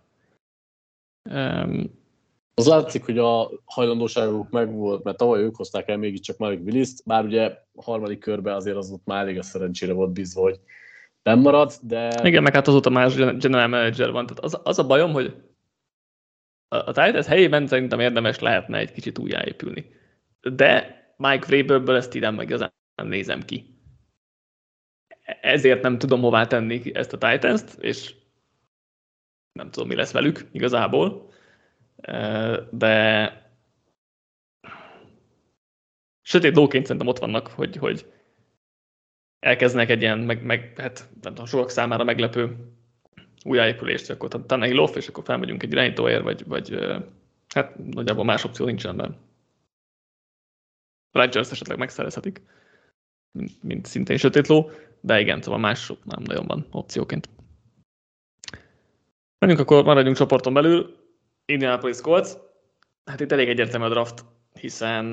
Az látszik, hogy a hajlandóságuk megvolt, mert tavaly ők hozták el mégiscsak Malik Willis-t, bár ugye a harmadik körben azért az ott már elég a szerencsére volt bízva, hogy nem marad, de... Igen, meg hát azóta más general manager van. Tehát az a bajom, hogy a Titans helyében szerintem érdemes lehetne egy kicsit újjáépülni. De Mike Vrabelből ezt így nem igazán nézem ki. Ezért nem tudom hová tenni ezt a Titans-t, és nem tudom, mi lesz velük igazából. De sötét lóként szerintem ott vannak, hogy elkezdenek egy ilyen, hát nem tudom, sokak számára meglepő újjáépülést, akkor Tannehill off, és akkor felmegyünk egy irányítóért, vagy hát nagyjából más opció nincsen, de Rodgers esetleg megszerezhetik, mint szintén sötét ló, de igen, szóval más nem nagyon van opcióként. Maradjunk csoporton belül. Indianapolis Colts. Hát itt elég egyértelmű a draft, hiszen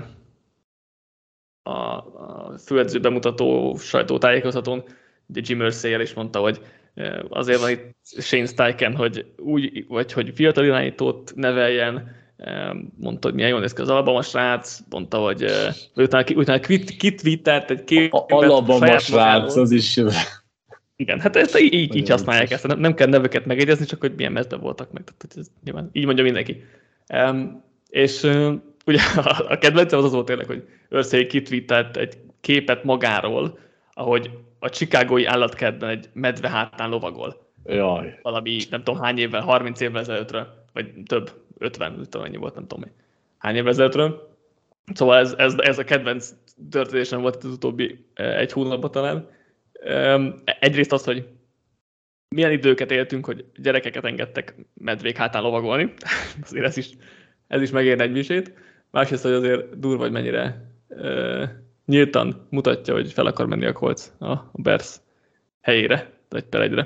a főedző bemutató sajtótájékoztatón ugye Jim Irsay is mondta, hogy azért van itt Shane Steichen, hogy fiatal irányítót neveljen, mondta, hogy milyen jól néz ki az Alabama srác, mondta, hogy utána kitwittert egy képet Alabama srác, az is... Igen, hát ezt így használják ezt, nem kell neveket megegyezni, csak hogy milyen mezben voltak meg, tehát ez nyilván így mondja mindenki. És ugye a kedvencem az volt tényleg, hogy Irsay kitwittert egy képet magáról, ahogy a chicagói állatkertben egy medve hátán lovagol. Jaj. Valami, nem tudom hány évvel, 30 évvel ezelőttről, vagy több, 50, nem tudom, ennyi volt, nem tudom hány évvel ezelőttről. Szóval ez a kedvenc történésem volt az utóbbi egy hónapban talán. Egyrészt az, hogy milyen időket éltünk, hogy gyerekeket engedtek medvék hátán lovagolni. Azért ez is megérne egy misét. Másrészt, hogy azért durva, hogy mennyire nyíltan mutatja, hogy fel akar menni a Colts a Bears helyére, vagy per egyre.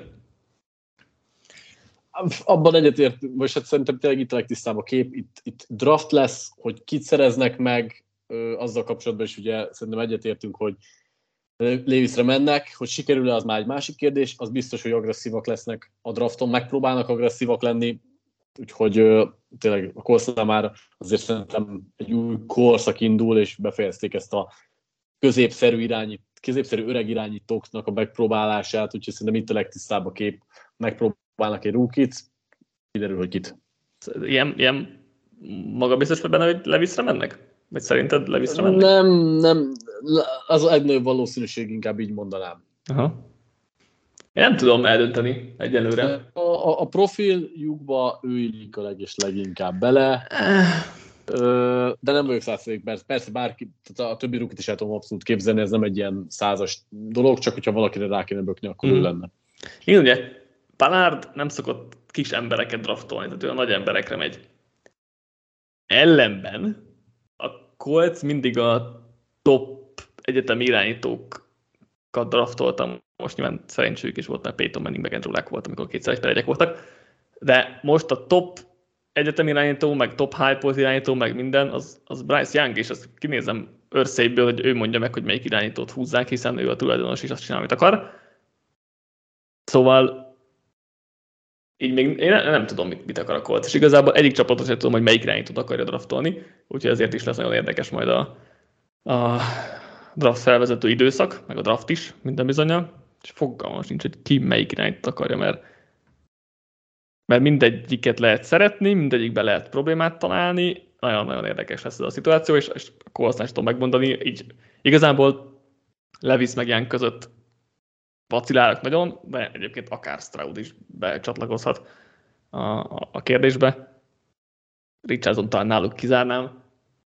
Abban egyetért, vagy hát szerintem tényleg itt a legtisztább a kép. Itt draft lesz, hogy kit szereznek meg, azzal kapcsolatban is ugye szerintem egyetértünk, hogy Lewisre mennek, hogy sikerül-e, az már egy másik kérdés, az biztos, hogy agresszívak lesznek a drafton, megpróbálnak agresszívak lenni, úgyhogy tényleg a Coltsnál már azért szerintem egy új korszak indul, és befejezték ezt a középszerű öreg irányítóknak a megpróbálását, úgyhogy szerintem itt a legtisztább a kép, megpróbálnak egy rookie-t, kiderül, hogy kit. Ilyen magabiztos vagy benne, hogy Lewisre mennek? Vagy szerinted Lewisre mennek? Nem, az a legnagyobb valószínűség, inkább így mondanám. Aha. Én nem tudom eldönteni egyelőre. A profiljukba ő illik a leginkább bele, de nem vagyok 100%, persze bárki, tehát a többi rukit is el tudom abszolút képzelni, ez nem egy ilyen 100-as dolog, csak hogyha valakire rá kéne bökni, akkor ő lenne. Igen, ugye, Ballard nem szokott kis embereket draftolni, tehát ő a nagy emberekre megy. Ellenben a Colts mindig a top egyetemi irányítókat draftoltam. Most nyilván szerencsőjük is volt, mert Peyton Manning meg Andrew Luck volt, amikor 2-1 voltak. De most a top egyetemi irányító, meg top high-post irányító, meg minden, az Bryce Young, és azt kinézem Irsayből, hogy ő mondja meg, hogy melyik irányítót húzzák, hiszen ő a tulajdonos, és azt csinál, amit akar. Szóval így még én nem tudom, mit akar a Colts, és igazából egyik csapatot sem tudom, hogy melyik irányítót akarja draftolni, úgyhogy ezért is lesz nagyon érdekes majd a draft felvezető időszak, meg a draft is, minden bizonnyal, és fogalmam sincs, hogy ki melyik irányítót akarja, mert mindegyiket lehet szeretni, mindegyikben lehet problémát találni, nagyon-nagyon érdekes lesz ez a szituáció, és akkor azt nem tudom megmondani, így igazából Levis meg Young között vacilálok nagyon, de egyébként akár Stroud is becsatlakozhat a kérdésbe. Richardson talán náluk kizárnám,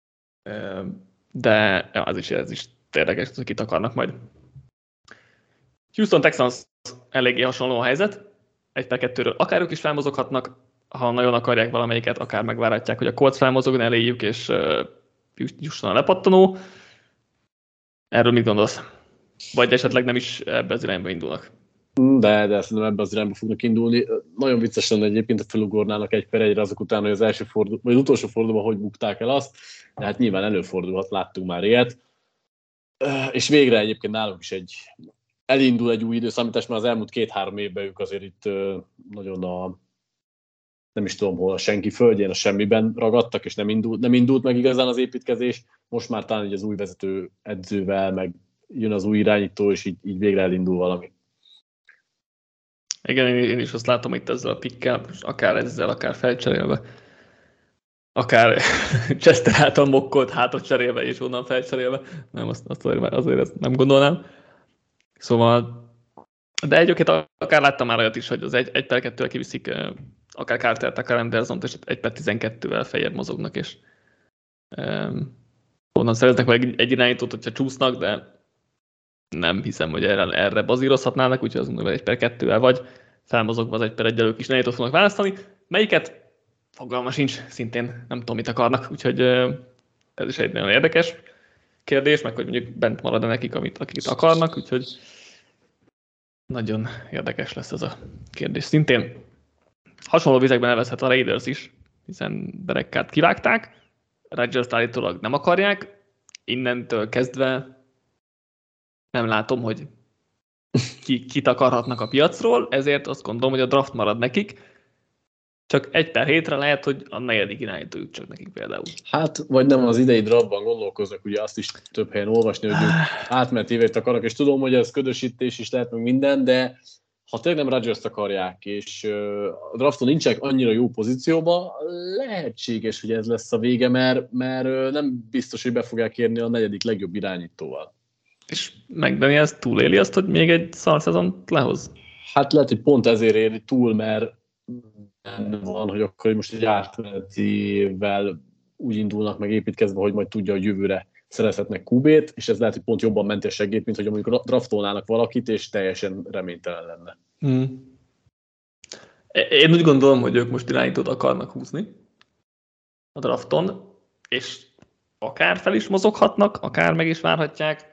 de ez is érdekes, hogy kit akarnak majd. Houston Texans eléggé hasonló a helyzet. 1/2-ről akár ők is felmozoghatnak, ha nagyon akarják valamelyiket, akár megvárhatják, hogy a Colts felmozogjon eléjük, és jusson a lepattanó. Erről mit gondolsz? Vagy esetleg nem is ebbe az irányba indulnak? De szerintem ebbe az irányba fognak indulni. Nagyon vicces lenne egyébként, hogy felugornának 1/1 azok után, hogy az első forduló, vagy az utolsó fordulóban hogy bukták el azt, de hát nyilván előfordulhat, láttunk már ilyet. És végre egyébként náluk is elindul egy új időszámítás, mert az elmúlt 2-3 évben ők azért itt nagyon nem is tudom hol, a senki földjén, a semmiben ragadtak, és nem indult meg igazán az építkezés. Most már talán az új vezető edzővel, meg jön az új irányító, és így végre elindul valami. Igen, én is azt látom itt ezzel a pikkel, akár ezzel, akár felcserélve, akár Chester által mokkolt hátat cserélve, és onnan felcserélve. Nem, azért ezt nem gondolnám. Szóval, de egyébként akár láttam már olyat is, hogy az 1/2-vel kiviszik akár Cartert, akár Andersont, és 1/12-vel feljebb mozognak, és onnan szereznek meg egy irányítót, hogyha csúsznak, de nem hiszem, hogy erre bazírozhatnának, úgyhogy azt mondom, hogy 1/2-vel vagy felmozogva az 1/1-el ők is irányítót fognak választani. Melyiket? Fogalma sincs, szintén nem tudom, mit akarnak, úgyhogy ez is egy nagyon érdekes kérdés, meg hogy mondjuk bent marad nekik, akik akarnak, úgyhogy nagyon érdekes lesz ez a kérdés. Szintén hasonló vizekben nevezhet a Raiders is, hiszen Derek Carrt kivágták, Rodgers-t állítólag nem akarják, innentől kezdve nem látom, hogy kit akarhatnak a piacról, ezért azt gondolom, hogy a draft marad nekik, csak 1/7-re lehet, hogy a 4. irányítójuk csak nekik például. Hát, vagy nem az idei draftban gondolkoznak, ugye azt is több helyen olvasni, hogy ők átmeneti évet akarnak, és tudom, hogy ez ködösítés is lehet meg minden, de ha tényleg nem Rodgers-t akarják, és a drafton nincsenek annyira jó pozícióban, lehetséges, hogy ez lesz a vége, mert nem biztos, hogy be fogják érni a 4. legjobb irányítóval. És McDaniels túléli azt, hogy még egy szarszezont lehoz? Hát lehet, hogy pont ezért éri túl, mert van, hogy akkor most egy átmenetivel úgy indulnak meg építkezve, hogy majd tudja, hogy jövőre szerezhetnek QB-t, és ez lehet, hogy pont jobban menti a segít, mint hogy mondjuk draftolnának valakit, és teljesen reménytelen lenne. Én úgy gondolom, hogy ők most irányítót akarnak húzni a drafton, és akár fel is mozoghatnak, akár meg is várhatják,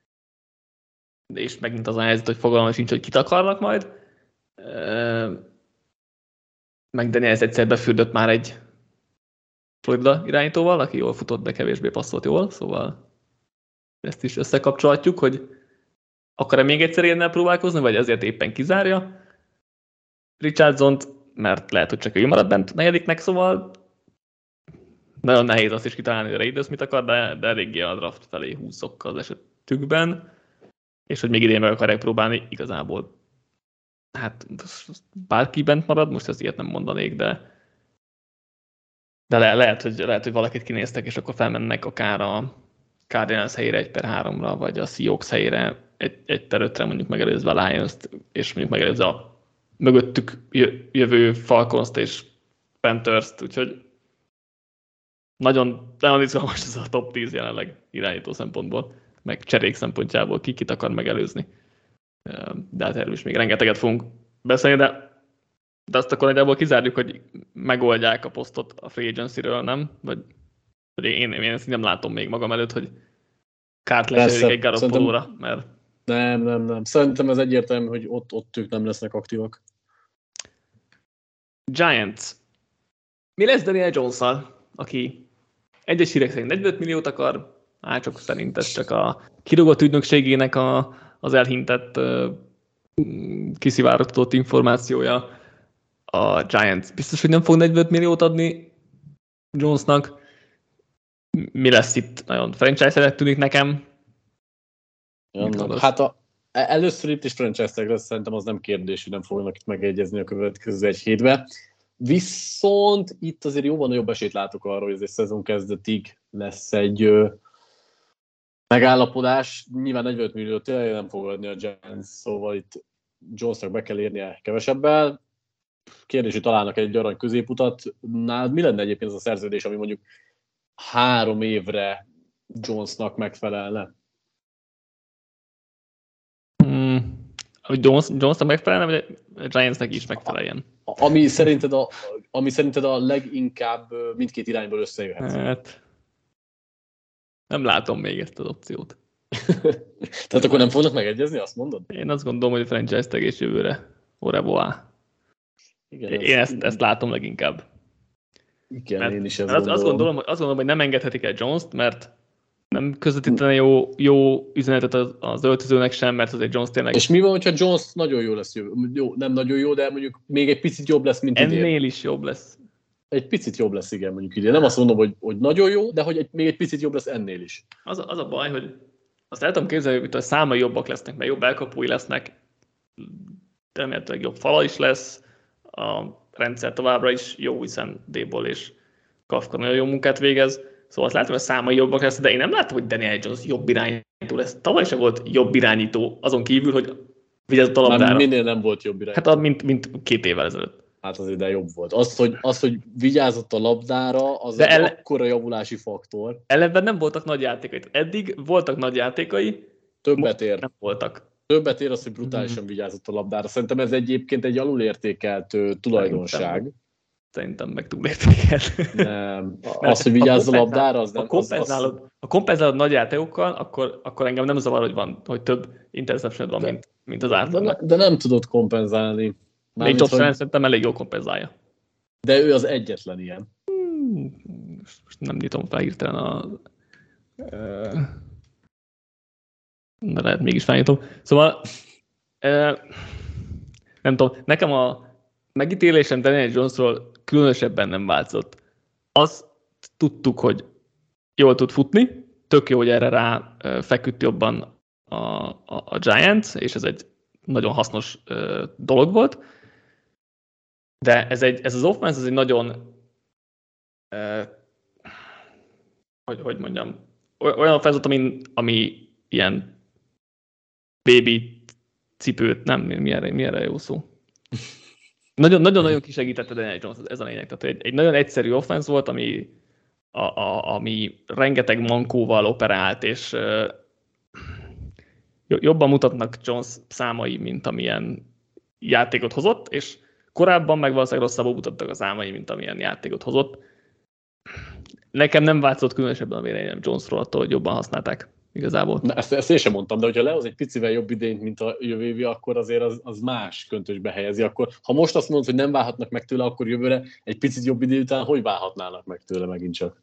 és megint az a helyzet, hogy fogalmam sincs, hogy kit akarnak majd. McDaniels egyszer befürdött már egy Florida irányítóval, aki jól futott, de kevésbé passzolt jól, szóval ezt is összekapcsolhatjuk, hogy akar-e még egyszer ilyennel próbálkozni, vagy ezért éppen kizárja Richardsont, mert lehet, hogy csak ő marad bent 4-nek, szóval nagyon nehéz azt is kitalálni, hogy a Raiders mit akar, de eléggé a draft felé húzok az esetükben, és hogy még idén meg akarják próbálni, igazából hát bárki bent marad, most ezt ilyet nem mondanék, de lehet, hogy valakit kinéztek, és akkor felmennek akár a Cardinals helyére 1/3-ra, vagy a Seahawks helyére 1/5-re mondjuk megelőzve a Lions-t, és mondjuk megelőzve a mögöttük jövő Falcons-t és Panthers-t, úgyhogy nagyon izgalmas ez a top 10 jelenleg irányító szempontból, meg cserék szempontjából kit akar megelőzni. De hát erről is még rengeteget fogunk beszélni, de azt akkor nagyjából kizárjuk, hogy megoldják a posztot a free agency-ről, nem? Vagy én ezt nem látom még magam előtt, hogy Carrt leserik egy Garoppolóra, mert... Nem. Szerintem ez egyértelmű, hogy ott ők nem lesznek aktívak. Giants. Mi lesz Daniel Jones-szal, aki egyes hírek szerint 45 milliót akar, csak szerint ez csak a kirúgott ügynökségének az elhintett kiszivárogtatott információja. A Giants biztos, hogy nem fog 45 milliót adni Jonesnak. Mi lesz itt? Nagyon franchise-nek tűnik nekem. Hát először itt is franchise-nek lesz, szerintem az nem kérdés, hogy nem fognak itt megegyezni a következő 1 hétben. Viszont itt azért jóval nagyobb esélyt látok arra, hogy ez egy szezon kezdetig lesz egy megállapodás. Nyilván 45 millió tényleg nem fog adni a Giants, szóval itt Jonesnak be kell érnie kevesebbel. Kérdés, hogy találnak egy arany középutat. Nálad mi lenne egyébként az a szerződés, ami mondjuk 3 évre Jonesnak megfelelne? Hogy Jonesnak megfelelne, vagy a Giantsnek is megfeleljen? Ami szerinted a leginkább mindkét irányból összejöhet. Hát, nem látom még ezt az opciót. Tehát akkor nem fognak megegyezni, azt mondod? Én azt gondolom, hogy a franchise tegés jövőre. Oreboa. Igen, Én ezt látom leginkább. Igen, mert én is ezt azt gondolom, hogy nem engedhetik el Jones-t, mert nem közvetítene jó üzenetet az öltözőnek sem, mert azért Jones tényleg... És mi van, hogyha Jones nagyon jó lesz jó, nem nagyon jó, de mondjuk még egy picit jobb lesz, mint idén? Ennél is jobb lesz. Egy picit jobb lesz, igen, mondjuk idén. Nem azt mondom, hogy nagyon jó, de hogy még egy picit jobb lesz ennél is. Az a baj, hogy azt el tudom képzelni, hogy a számai jobbak lesznek, mert jobb elkapói lesznek, remélhetőleg jobb fala is lesz, a rendszer továbbra is jó, hiszen D-ból és Kafka nagyon jó munkát végez, szóval azt látom, hogy a számai jobbak lesz, de én nem látom, hogy Daniel Jones jobb irányító lesz. Tavaly sem volt jobb irányító, azon kívül, hogy vigyázott a labdára. Már minél nem volt jobb irányító. Hát mint 2 évvel ezelőtt. Hát azért de jobb volt. Az, hogy vigyázott a labdára, az egy akkora javulási faktor. Ellenben nem voltak nagy játékai. Eddig voltak nagy játékai, Többet ér. Nem voltak. Többet ér az, hogy brutálisan vigyázott a labdára. Szerintem ez egyébként egy alulértékelt tulajdonság. Szerintem meg túlértékelt. Nem. Az, hogy vigyázz a labdára, az nem... Ha kompenzálod nagy játékokkal, akkor engem nem zavar, hogy több interception van, mint az átlag. De nem tudod kompenzálni. Még Josh Allen szerintem elég jól kompenzálja. De ő az egyetlen ilyen. Most nem nyitom fel hirtelen de lehet mégis felnyitom. Szóval nem tudom, nekem a megítélésem Daniel Jonesról különösebben nem változott. Azt tudtuk, hogy jól tud futni, tök jó, hogy erre rá feküdt jobban a Giants, és ez egy nagyon hasznos dolog volt. De ez az offense, ez egy nagyon hogy mondjam, olyan offense, ami ilyen baby cipőt, nem, mi erre jó szó. Nagyon-nagyon kisegítette Daniel Jones, ez a lényeg. Tehát egy nagyon egyszerű offense volt, ami rengeteg mankóval operált, és jobban mutatnak Jones számai, mint amilyen játékot hozott, és korábban meg valószínűleg rosszabbul mutattak a számai, mint amilyen játékot hozott. Nekem nem változott különösebben a véleményem Jonesról attól, hogy jobban használták igazából. Ezt én sem mondtam, de hogyha lehoz egy picivel jobb idényt, mint a jövő évi, akkor azért az más köntösbe helyezi. Akkor, ha most azt mondod, hogy nem válhatnak meg tőle, akkor jövőre egy picit jobb idő után hogy válhatnának meg tőle megint csak?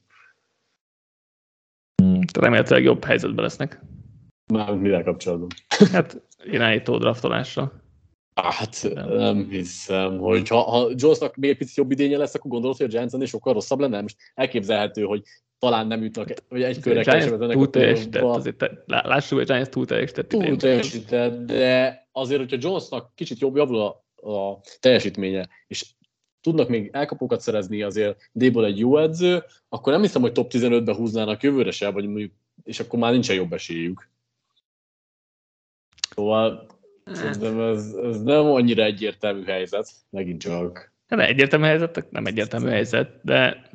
Remélhetőleg jobb helyzetben lesznek. Mármint mivel kapcsolatban? Hát irányító draftolásra. Hát nem hiszem, hogy ha Jonesnak még egy picit jobb idénye lesz, akkor gondolod, hogy a Giants ennél sokkal rosszabb lenne? Most elképzelhető, hogy talán nem jutnak, vagy egy körre kevesebbet ennek a teljesített, lássuk, hogy a Giants túl teljesített. Túl teljesített, de azért, hogyha Jonesnak kicsit jobb javul a teljesítménye, és tudnak még elkapókat szerezni azért D-ból egy jó edző, akkor nem hiszem, hogy top 15-be húznának jövőre se, vagy mondjuk, és akkor már nincsen jobb esélyük. Szóval szerintem ez nem annyira egyértelmű helyzet, megint csak. Nem egyértelmű helyzet, nem egyértelmű helyzet, de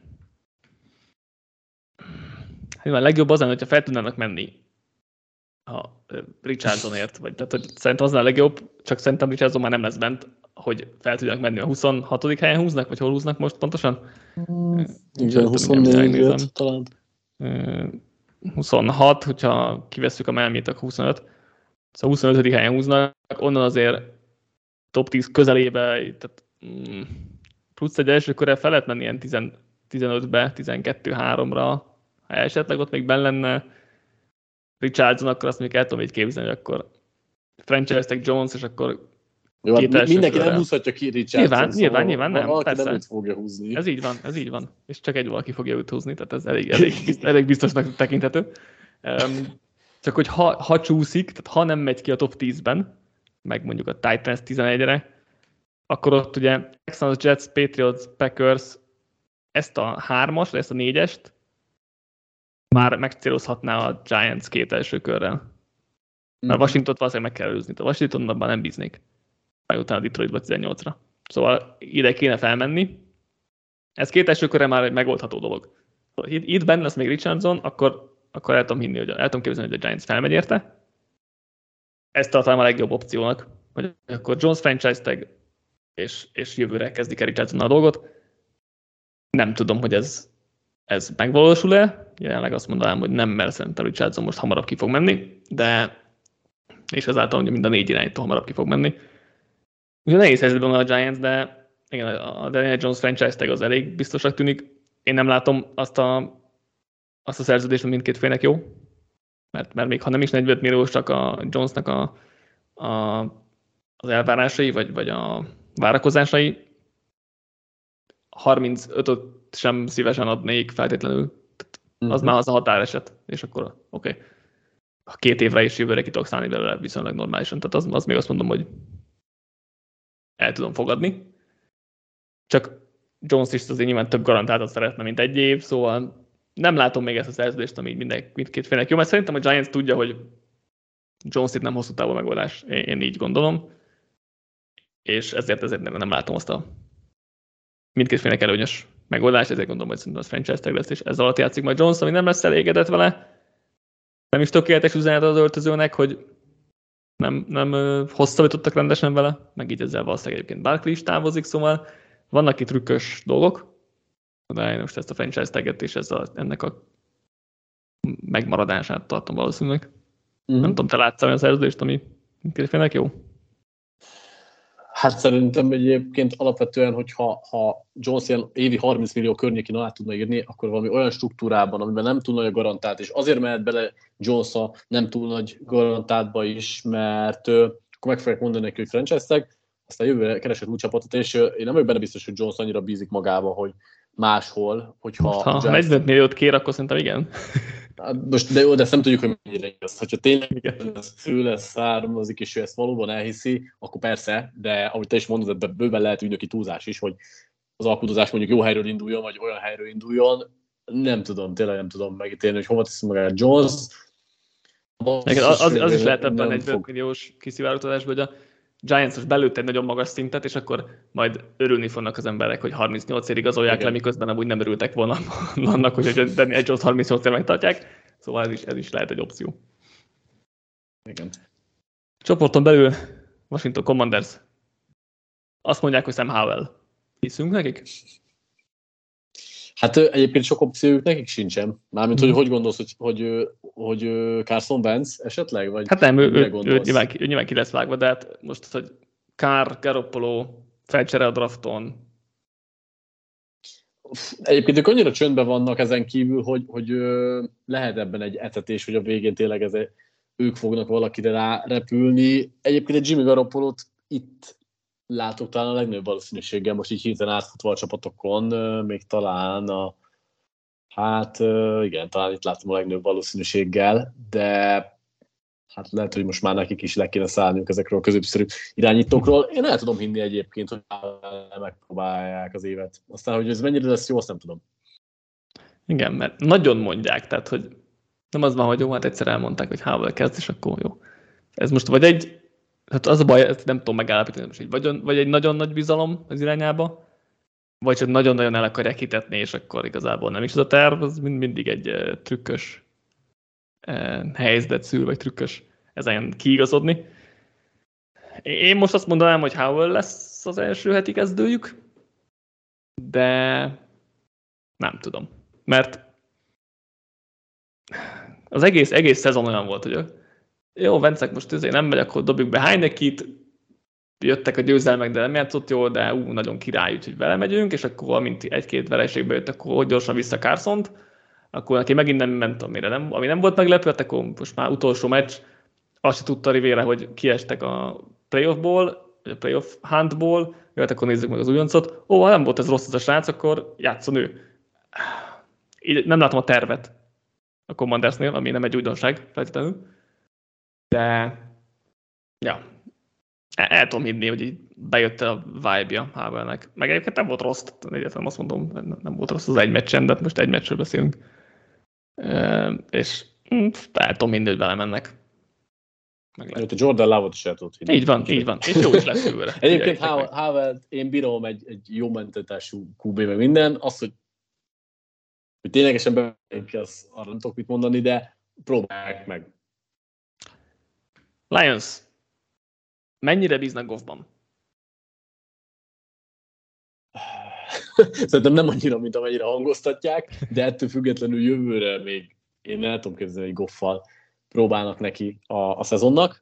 a legjobb az lenne, hogyha fel tudnának menni a Richardsonért, vagy tehát, hogy szerintem az a legjobb, csak szerintem Richardson már nem lesz bent, hogy fel tudjanak menni a 26. helyen húznak, vagy hol húznak most pontosan? Igen, 24 talán. 26, hogyha kivesszük a melmét, akkor 25. Szóval 25. helyen húznak, onnan azért top 10 közelébe, tehát plusz egy első körre fel lehet menni ilyen 15-be, 12-3-ra, ha esetleg ott még benn lenne Richardson, akkor azt még el tudom így képzelni, hogy akkor franchise-tek Jones, és akkor jó, mindenki nem húzhatja ki Richardson. Nyilván nem, valaki persze. nem őt fogja húzni. Ez így van. És csak egy valaki fogja őt húzni, tehát ez elég biztosnak tekinthető. Csak hogy ha csúszik, tehát ha nem megy ki a top 10-ben, meg mondjuk a Titans 11-re, akkor ott ugye Texans, Jets, Patriots, Packers ezt a 3-as, ezt a 4-est már megcélozhatná a Giants 2 első körrel. Mert Washingtont valószínűleg meg kell előzni. A Washingtonban nem bíznék. Meg utána Detroitba 18-ra. Szóval ide kéne felmenni. Ez 2 első körre már egy megoldható dolog. Itt benne lesz még Richardson, akkor el tudom hinni, el tudom képzelni, hogy a Giants felmegy érte. Ezt tartom a legjobb opciónak, hogy akkor Jones franchise tag, és jövőre kezdik el Richardson a dolgot. Nem tudom, hogy ez megvalósul-e. Jelenleg azt mondanám, hogy nem, mert szerintem Richardson most hamarabb ki fog menni, de és ezáltal mind a 4 irányító hamarabb ki fog menni. Ugye nehéz helyzetben van a Giants, de igen, a Daniel Jones franchise tag az elég biztosak tűnik. Én nem látom azt a szerződést, hogy mindkét félnek jó, mert még ha nem is 45 milliós, csak a Jonesnak az elvárásai, vagy a várakozásai, 35-öt sem szívesen adnék feltétlenül. Az már az a határeset, és akkor oké. A 2 évre is jövőre ki tudok szállni belőle viszonylag normálisan. Tehát az még azt mondom, hogy el tudom fogadni. Csak Jones is azért nyilván több garantáltat szeretne, mint 1 év, szóval nem látom még ezt a szerződést, ami mindkét félnek jó, mert szerintem a Giants tudja, hogy Jones itt nem hosszú távú megoldás. Én így gondolom. És ezért nem látom azt a mindkét félnek előnyös megoldást, ezért gondolom, hogy szerintem az franchise tag lesz, és ez alatt játszik majd Jones, ami nem lesz elégedett vele. Nem is tökéletes üzenet az öltözőnek, hogy nem hosszabbítottak rendesen vele, meg így ezzel valószínűleg egyébként Barkley is távozik, szóval vannak itt trükkös dolgok, de én most ezt a franchise taget és ennek a megmaradását tartom valószínűleg. Nem tudom, te látsz olyan szerződést, ami mindkét félnek jó? Hát szerintem egyébként alapvetően, hogyha Jones ilyen évi 30 millió környékén alá tudna írni, akkor valami olyan struktúrában, amiben nem túl nagy a garantált, és azért mehet bele Jones a nem túl nagy garantáltba is, mert akkor meg fogják mondani neki, hogy franchise tag, aztán jövőre keresett új csapatot, és én nem vagyok benne biztos, hogy Jones annyira bízik magába, hogy máshol, hogyha... Ha 45 milliót kér, akkor szerintem igen. Most, de ezt nem tudjuk, hogy mennyire igaz. Ha tényleg tőle származik, és ő ezt valóban elhiszi, akkor persze, de ahogy te is mondod, ebben bőven lehet ügynöki túlzás is, hogy az alkudozás mondjuk jó helyről induljon, vagy olyan helyről induljon. Nem tudom, tényleg nem tudom megítélni, hogy hova teszi magát Jones. Az is lehet ebben egy 5 milliós kiszivárogtatásban, hogy a Giants most belőtt egy nagyon magas szintet, és akkor majd örülni fognak az emberek, hogy 38 érig igazolják le, miközben amúgy nem örültek volna annak, hogy Daniel Jones 38 ér megtartják. Szóval ez is lehet egy opció. Igen. Csoporton belül Washington Commanders. Azt mondják, hogy Sam Howell. Hiszünk nekik? Hát egyébként sok opciójuk nekik sincsen. Mármint, hogy gondolsz, hogy Carson Wentz esetleg? Vagy hát nem, ő nyilván ki lesz vágva, de hát most, hogy Carr, Garoppolo felcsere a drafton. Egyébként ők annyira csöndben vannak ezen kívül, hogy lehet ebben egy etetés, hogy a végén tényleg ők fognak valakire rárepülni. Egyébként egy Jimmy Garoppolót itt látok talán a legnagyobb valószínűséggel, most így hirtelen átfutva a csapatokon, még talán igen, talán itt látom a legnagyobb valószínűséggel, de hát lehet, hogy most már nekik is le kéne szállniuk ezekről a középszerű irányítókról. Én el tudom hinni egyébként, hogy megpróbálják az évet. Aztán, hogy ez mennyire lesz jó, azt nem tudom. Igen, mert nagyon mondják, tehát, hogy nem az van, hogy jó, hát egyszer elmondták, hogy Howell kezd, és akkor jó. Ez most vagy hát az a baj, ezt nem tudom megállapítani, most vagy egy nagyon nagy bizalom az irányába, vagy csak nagyon-nagyon el akarják hitetni, és akkor igazából nem is az a terv, az mindig egy trükkös helyzetet szül, vagy trükkös ezen kiigazodni. Én most azt mondanám, hogy Howell lesz az első heti kezdőjük, de nem tudom. Mert az egész szezon olyan volt, hogy jó, Vencek most nem megy, akkor dobjuk be Heinekit, jöttek a győzelmek, de nem játszott jól, de nagyon király, úgyhogy vele megyünk, és akkor amint 1-2 vereségbe jött, akkor gyorsan vissza Carsont, akkor neki megint nem ment, ami nem volt meglepő, akkor most már utolsó meccs, azt se tudta Rivera, hogy kiestek a playoffból, vagy a playoff huntból, jöhet, akkor nézzük meg az újoncot. Ha nem volt ez rossz az a srác, akkor játszon ő. Így nem látom a tervet a Commandersnél, ami nem egy újdonság feltétlenül. De ja, el tudom hinni, hogy így bejött a vibe-ja Howellnek. Meg egyébként nem volt rossz, egyáltalán azt mondom, nem volt rossz az egy meccsen, de most egy meccsről beszélünk. És el tudom mindegy, hogy belemennek. A Jordan Love-ot is el tudod hinni. Így van. És jó is lesz jövőre. Egyébként Howard, én bírom egy jó mentőtású QB meg minden. Az, hogy ténylegesen bemenjünk, az arra nem tudok mit mondani, de próbálják meg. Lions. Mennyire bíznak Goffban? Szerintem nem annyira, mint amennyire hangoztatják, de ettől függetlenül jövőre még én el tudom képzelni, hogy Goffal próbálnak neki a szezonnak.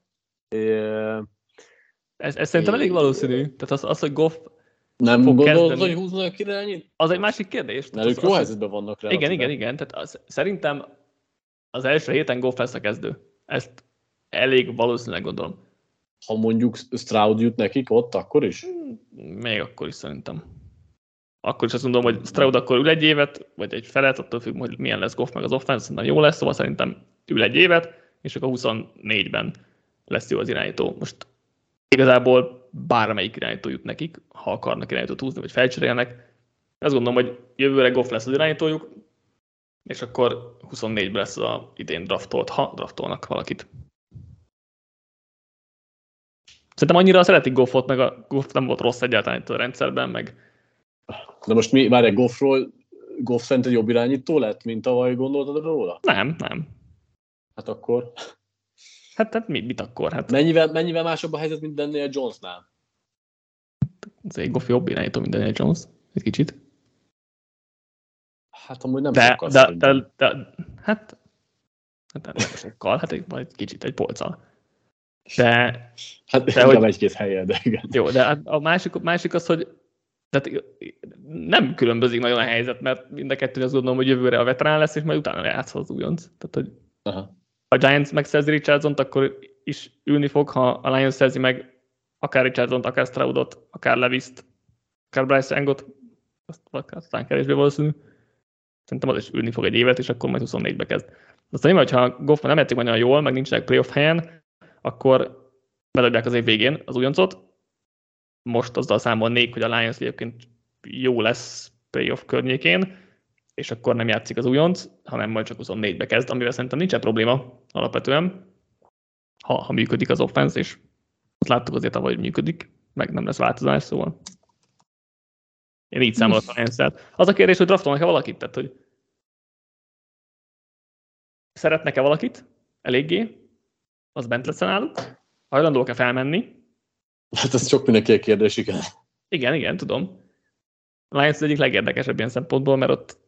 Ez szerintem elég valószínű. Tehát az hogy Goff nem gondolod, hogy húznak ki irányít? Az egy másik kérdés. Mert ők jó helyzetben vannak rá. Igen. Tehát szerintem az első héten Goff lesz a kezdő. Ezt elég valószínűleg gondolom. Ha mondjuk Stroud jut nekik ott, akkor is? Még akkor is szerintem. Akkor is azt mondom, hogy Stroud akkor ül egy évet, vagy egy felet, attól függ, hogy milyen lesz Goff meg az offense, szerintem jó lesz, szóval szerintem ül egy évet, és akkor 24-ben lesz jó az irányító. Most igazából bármelyik irányító jut nekik, ha akarnak irányítót húzni, vagy felcserélnek. Azt gondolom, hogy jövőre Goff lesz az irányítójuk, és akkor 24-ben lesz az idén draftolt, ha draftolnak valakit. Szerintem annyira szeretik Goffot, meg a Goff nem volt rossz egyáltalán itt a rendszerben, meg... De most várj, Goff szerint egy jobb irányító lett, mint tavaly gondoltad róla? Nem. Hát akkor... Hát mit akkor? Hát... Mennyivel másabb a helyzet, mint Daniel Jonesnál? Azért Goff jobb irányító, mint Daniel Jones. Egy kicsit. Hát amúgy nem sokkal Hát nem sokkal, hát egy kicsit, egy polccal. Hát hogy... egy-két helyen, de igen. Jó, de a másik az, hogy tehát nem különbözik nagyon a helyzet, mert mind a kettő azt gondolom, hogy jövőre a veterán lesz, és majd utána lejátszhat az újonc. Tehát, hogy a Giants megszerzi Richardsont, akkor is ülni fog, ha a Lions szerzi meg akár Richardsont, akár Stroudot, akár Levis-t, akár Bryce Youngot, aztán kevésbé valószínű. Szerintem az is ülni fog egy évet, és akkor majd 24-be kezd. Aztán nyilván, hogyha Goffman nem játszik majd olyan jól, meg nincsenek playoff helyen, akkor bedobják az év végén az újoncot. Most azzal számolnék, hogy a Lions egyébként jó lesz playoff környékén, és akkor nem játszik az újonc, hanem majd csak 24-be kezd, amivel szerintem nincsen probléma alapvetően, ha működik az offense, és azt láttuk azért tavaly, hogy működik, meg nem lesz változás, szóval én így számolok a Lions-et. Az a kérdés, hogy draftolnak-e valakit, tehát hogy szeretnek-e valakit eléggé, az bent lesz náluk, hajlandóak-e felmenni. Hát ez sok mindenki a kérdés, igen. Igen, tudom. A Lions az egyik legérdekesebb ilyen szempontból, mert ott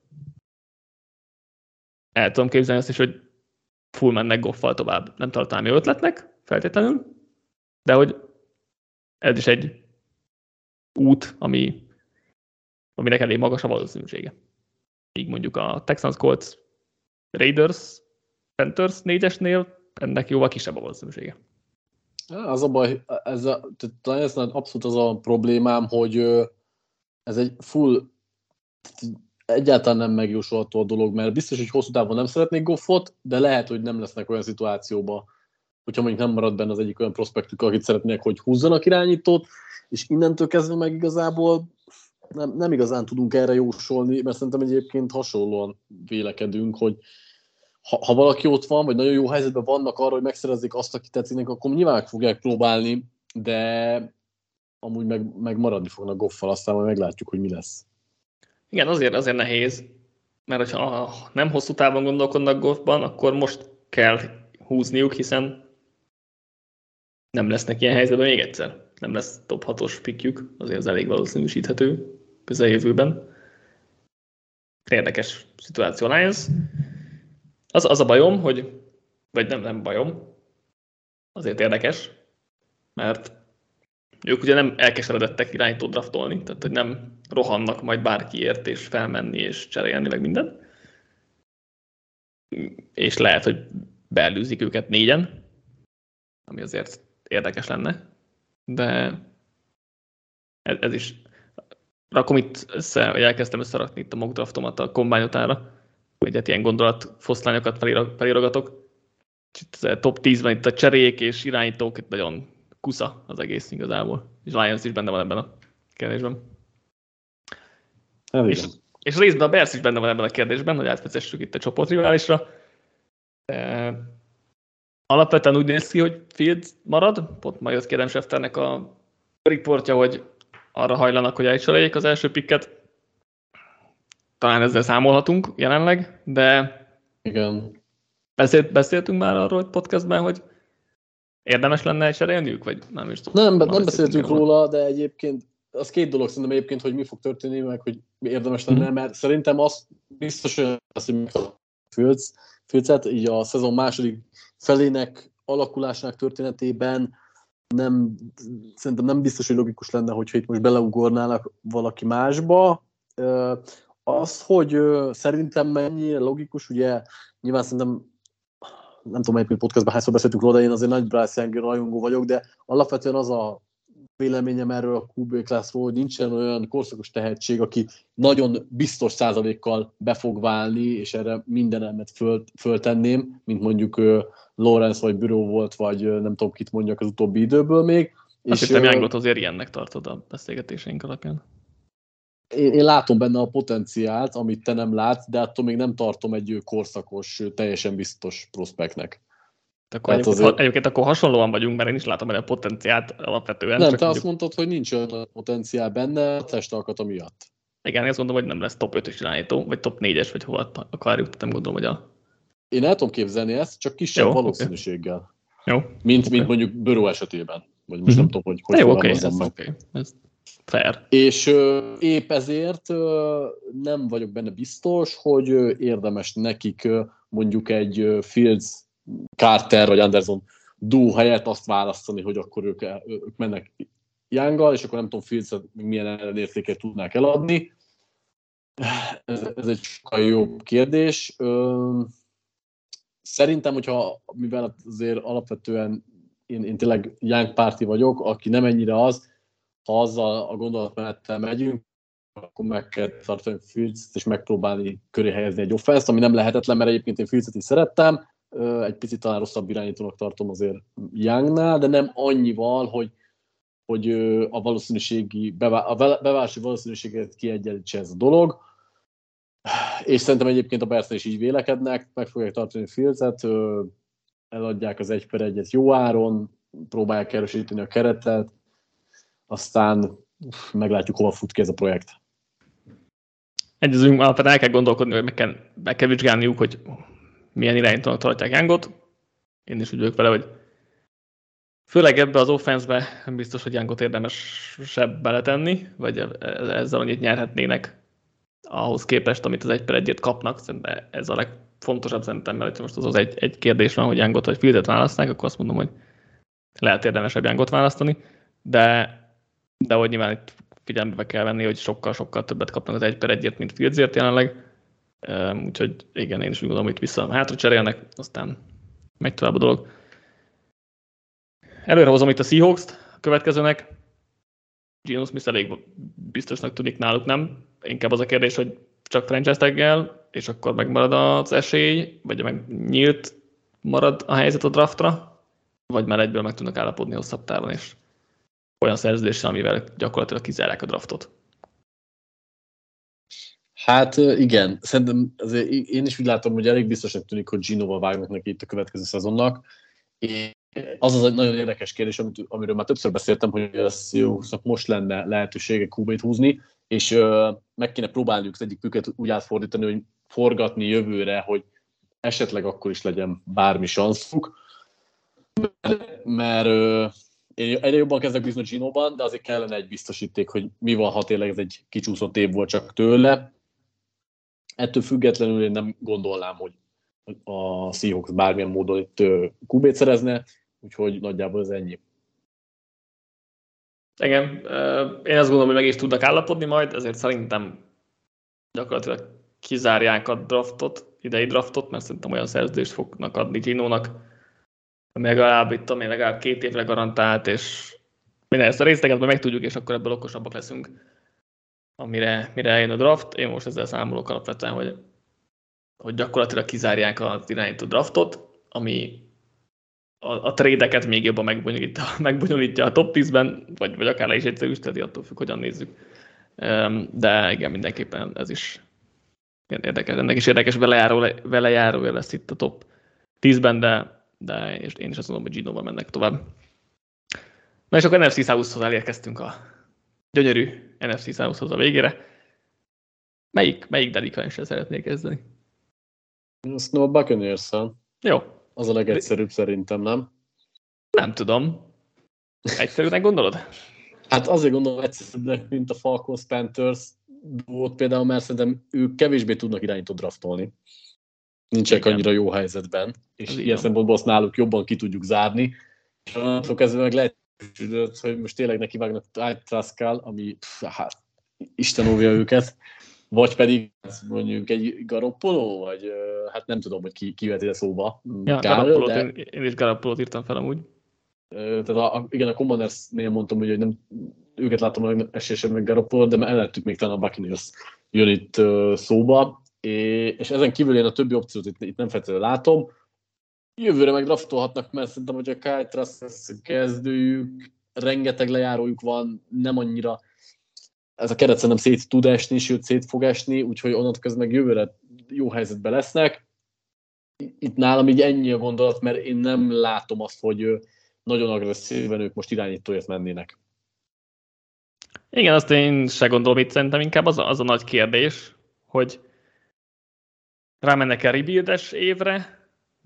el tudom képzelni azt is, hogy full mennek Goffal tovább. Nem tartanám jó ötletnek, feltétlenül, de hogy ez is egy út, aminek elég magas a valószínűsége. Így mondjuk a Texans, Colts, Raiders, Panthers 4-esnél ennek jóval kisebb a valószínűsége. Az a baj, ez abszolút az a problémám, hogy ez egy egyáltalán nem megjósolható a dolog, mert biztos, hogy hosszú távon nem szeretnék Goffot, de lehet, hogy nem lesznek olyan szituációban, hogyha mondjuk nem marad benne az egyik olyan prospektük, akit szeretnék, hogy húzzanak irányítót, és innentől kezdve meg igazából nem igazán tudunk erre jósolni, mert szerintem egyébként hasonlóan vélekedünk, hogy ha valaki ott van, vagy nagyon jó helyzetben vannak arra, hogy megszerezzék azt, aki tetszik, akkor nyilván meg fogják próbálni, de amúgy meg maradni fognak Goffal, aztán majd meglátjuk, hogy mi lesz. Igen, azért nehéz, mert ha nem hosszú távon gondolkodnak Goffban, akkor most kell húzniuk, hiszen nem lesznek ilyen helyzetben még egyszer. Nem lesz top 6-os pickjük, azért az elég valószínűsíthető közeljövőben. Érdekes szituáció Lions. Az a bajom, hogy, vagy nem bajom, azért érdekes, mert ők ugye nem elkeseredettek irányítót draftolni, tehát hogy nem rohannak majd bárkiért, és felmenni, és cserélni, meg minden. És lehet, hogy beelőzik őket 4-en, ami azért érdekes lenne, de ez is. Rakom itt össze, vagy elkezdtem összerakni itt a mock draftomat a kombányutára, hogy ilyen gondolatfoszlányokat felírogatok. Top 10-ben itt a cserék és irányítók, itt nagyon kusza az egész igazából. És Lions is benne van ebben a kérdésben. és részben a Bears is benne van ebben a kérdésben, hogy átvezessük itt a csoportriválisra. Alapvetően úgy néz ki, hogy Fields marad, pont majd jött ki Adam Schefternek a riportja, hogy arra hajlanak, hogy elcseréljék az első pikket. Talán ezzel számolhatunk jelenleg, de igen. Beszéltünk már arról hogy podcastben, hogy érdemes lenne elcserélniük, vagy nem is tudom. Nem beszéltünk róla, de egyébként az két dolog szerintem egyébként, hogy mi fog történni, meg hogy érdemes lenne, mert szerintem az biztos, hogy Fields-et, így a szezon második felének alakulásának történetében szerintem nem biztos, hogy logikus lenne, hogyha itt most beleugornának valaki másba. Az, hogy szerintem mennyire logikus, ugye nyilván szerintem nem tudom, melyik podcastban hányszor beszéltünk róla, de én azért nagy Bryce Young rajongó vagyok, de alapvetően az a véleményem erről a QB classról, hogy nincsen olyan korszakos tehetség, aki nagyon biztos százalékkal be fog válni, és erre mindenemet föltenném, mint mondjuk Lawrence vagy Burrow volt, vagy nem tudom, kit mondjak az utóbbi időből még. Azt hittem, Youngot azért ilyennek tartod a beszélgetéseink alapján. Én látom benne a potenciált, amit te nem látsz, de attól még nem tartom egy korszakos, teljesen biztos prospektnek. Egyébként akkor hasonlóan vagyunk, mert én is látom benne a potenciált alapvetően. Nem, te azt mondtad, hogy nincs olyan potenciál benne a testalkata miatt. Igen, én azt mondom, hogy nem lesz top 5-ös irányító, vagy top 4-es, vagy hova akarjuk, nem gondolom, hogy Én el tudom képzelni ezt, csak kisebb valószínűséggel. Jó. Mint mondjuk Burrow esetében. Vagy most nem tudom, hogy fogalmazzam meg. Ez fair. És épp ezért nem vagyok benne biztos, hogy érdemes nekik mondjuk egy Fields, Carter vagy Anderson duo helyett azt választani, hogy akkor ők mennek Younggal, és akkor nem tudom, Fields-et milyen ellenértéket tudnák eladni. Ez egy sokkal jobb kérdés. Szerintem, hogyha mivel azért alapvetően én tényleg Young párti vagyok, aki nem ennyire az, ha azzal a gondolatmenettel megyünk, akkor meg kell tartani Fields-t, és megpróbálni köré helyezni egy offense-t, ami nem lehetetlen, mert egyébként én Fields-et is szerettem, egy picit talán rosszabb irányítónak tartom azért Youngnál, de nem annyival, hogy a beválási valószínűséget kiegyenlítse ez a dolog. És szerintem egyébként a Bearsnél is így vélekednek, meg fogják tartani Fields-et, eladják az 1/1-et jó áron, próbálják erősíteni a keretet, aztán meglátjuk, hova fut ki ez a projekt. Egyezünk, alapvetően el kell gondolkodni, hogy meg kell vizsgálniuk, hogy milyen irányítónak tartják Youngot. Én is úgy vagyok vele, hogy főleg ebbe az offenszbe nem biztos, hogy Youngot érdemesebb beletenni, vagy ezzel annyit nyerhetnének ahhoz képest, amit az 1/1-et kapnak. Szerintem ez a legfontosabb szerintem, mert most az egy kérdés van, hogy Youngot vagy Fieldet választják, akkor azt mondom, hogy lehet érdemesebb Youngot választani, de hogy nyilván itt figyelembe kell venni, hogy sokkal többet kapnak az 1/1-ért, mint Fieldsért jelenleg. Úgyhogy igen, én is úgy gondolom, hogy vissza hátra cserélnek, aztán megy tovább a dolog. Előrehozom itt a Seahawks-t a következőnek. Geno Smith elég biztosnak tűnik náluk, nem? Inkább az a kérdés, hogy csak franchise taggel, és akkor megmarad az esély, vagy meg nyílt marad a helyzet a draftra, vagy már egyből meg tudnak állapodni hosszabb távon, és olyan szerződéssel, amivel gyakorlatilag kizárják a draftot. Hát igen, szerintem azért én is úgy látom, hogy elég biztosan tűnik, hogy Genoval vágnak neki itt a következő szezonnak. Az egy nagyon érdekes kérdés, amiről már többször beszéltem, hogy a Seahawksnak most lenne lehetősége QB-t húzni, és meg kéne próbálniuk az egyik őket úgy átfordítani, hogy forgatni jövőre, hogy esetleg akkor is legyen bármi sanszuk. Mert én egyre jobban kezdek bízni Genoban, de azért kellene egy biztosíték, hogy mi van, ha tényleg ez egy kicsúszott év volt csak tőle. Ettől függetlenül én nem gondolnám, hogy a Seahawks bármilyen módon itt QB-t szerezne, úgyhogy nagyjából ez ennyi. Igen, én azt gondolom, hogy meg is tudnak állapodni majd, ezért szerintem gyakorlatilag kizárják a draftot, idei draftot, mert szerintem olyan szerződést fognak adni Genónak, ami legalább 2 évre garantált, és minden ezt a részleget meg tudjuk, és akkor ebből okosabbak leszünk, mire eljön a draft. Én most ezzel számolok alapvetően, hogy gyakorlatilag kizárják az irányító draftot, ami a trade-eket még jobban megbonyolítja a top 10-ben, vagy akár le is egyszerűsíteti, attól függ, hogyan nézzük. De igen, mindenképpen ez is Érdekes, ennek is érdekes velejárója lesz itt a top 10-ben, de én is azt mondom, hogy Gino-val mennek tovább. Na és akkor NFC South-hoz elérkeztünk a gyönyörű NFC South-hoz a végére. Melyik delikánssal szeretnék kezdeni? Azt a Buccaneers-szel. Jó. Az a legegyszerűbb szerintem, nem? Nem tudom. Egyszerűnek gondolod? Hát azért gondolom egyszerűbbnek, mint a Falcons Panthers volt például, mert szerintem ők kevésbé tudnak irányító draftolni. Nincsenek annyira jó helyzetben, és ilyen szempontból azt náluk jobban ki tudjuk zárni. És onnantól kezdve meg lehet, hogy most tényleg nekivágnak Traskál, ami hát Isten óvja őket, vagy pedig mondjuk egy Garoppolo, vagy hát nem tudom, hogy ki vett ide szóba. Ja, Kyle, de... Én is Garoppolót írtam fel amúgy. Tehát igen, a Commandersnél mondtam, hogy nem, őket láttam a esélyesen meg Garoppolót, de mellettük még talán a Buccaneers jön itt szóba, és ezen kívül én a többi opciót itt nem feltétlenül látom. Jövőre meg draftolhatnak, mert szerintem, hogy a Kyle Trask kezdőjük, rengeteg lejárójuk van, nem annyira ez a keret szerintem szét tud esni, sőt szét fog esni, úgyhogy onnantól kezdve meg jövőre jó helyzetben lesznek. Itt nálam így ennyi a gondolat, mert én nem látom azt, hogy nagyon agresszíven ők most irányítóért mennének. Igen, azt én se gondolom, itt szerintem inkább az a nagy kérdés, hogy rámennek-e rebuildes évre,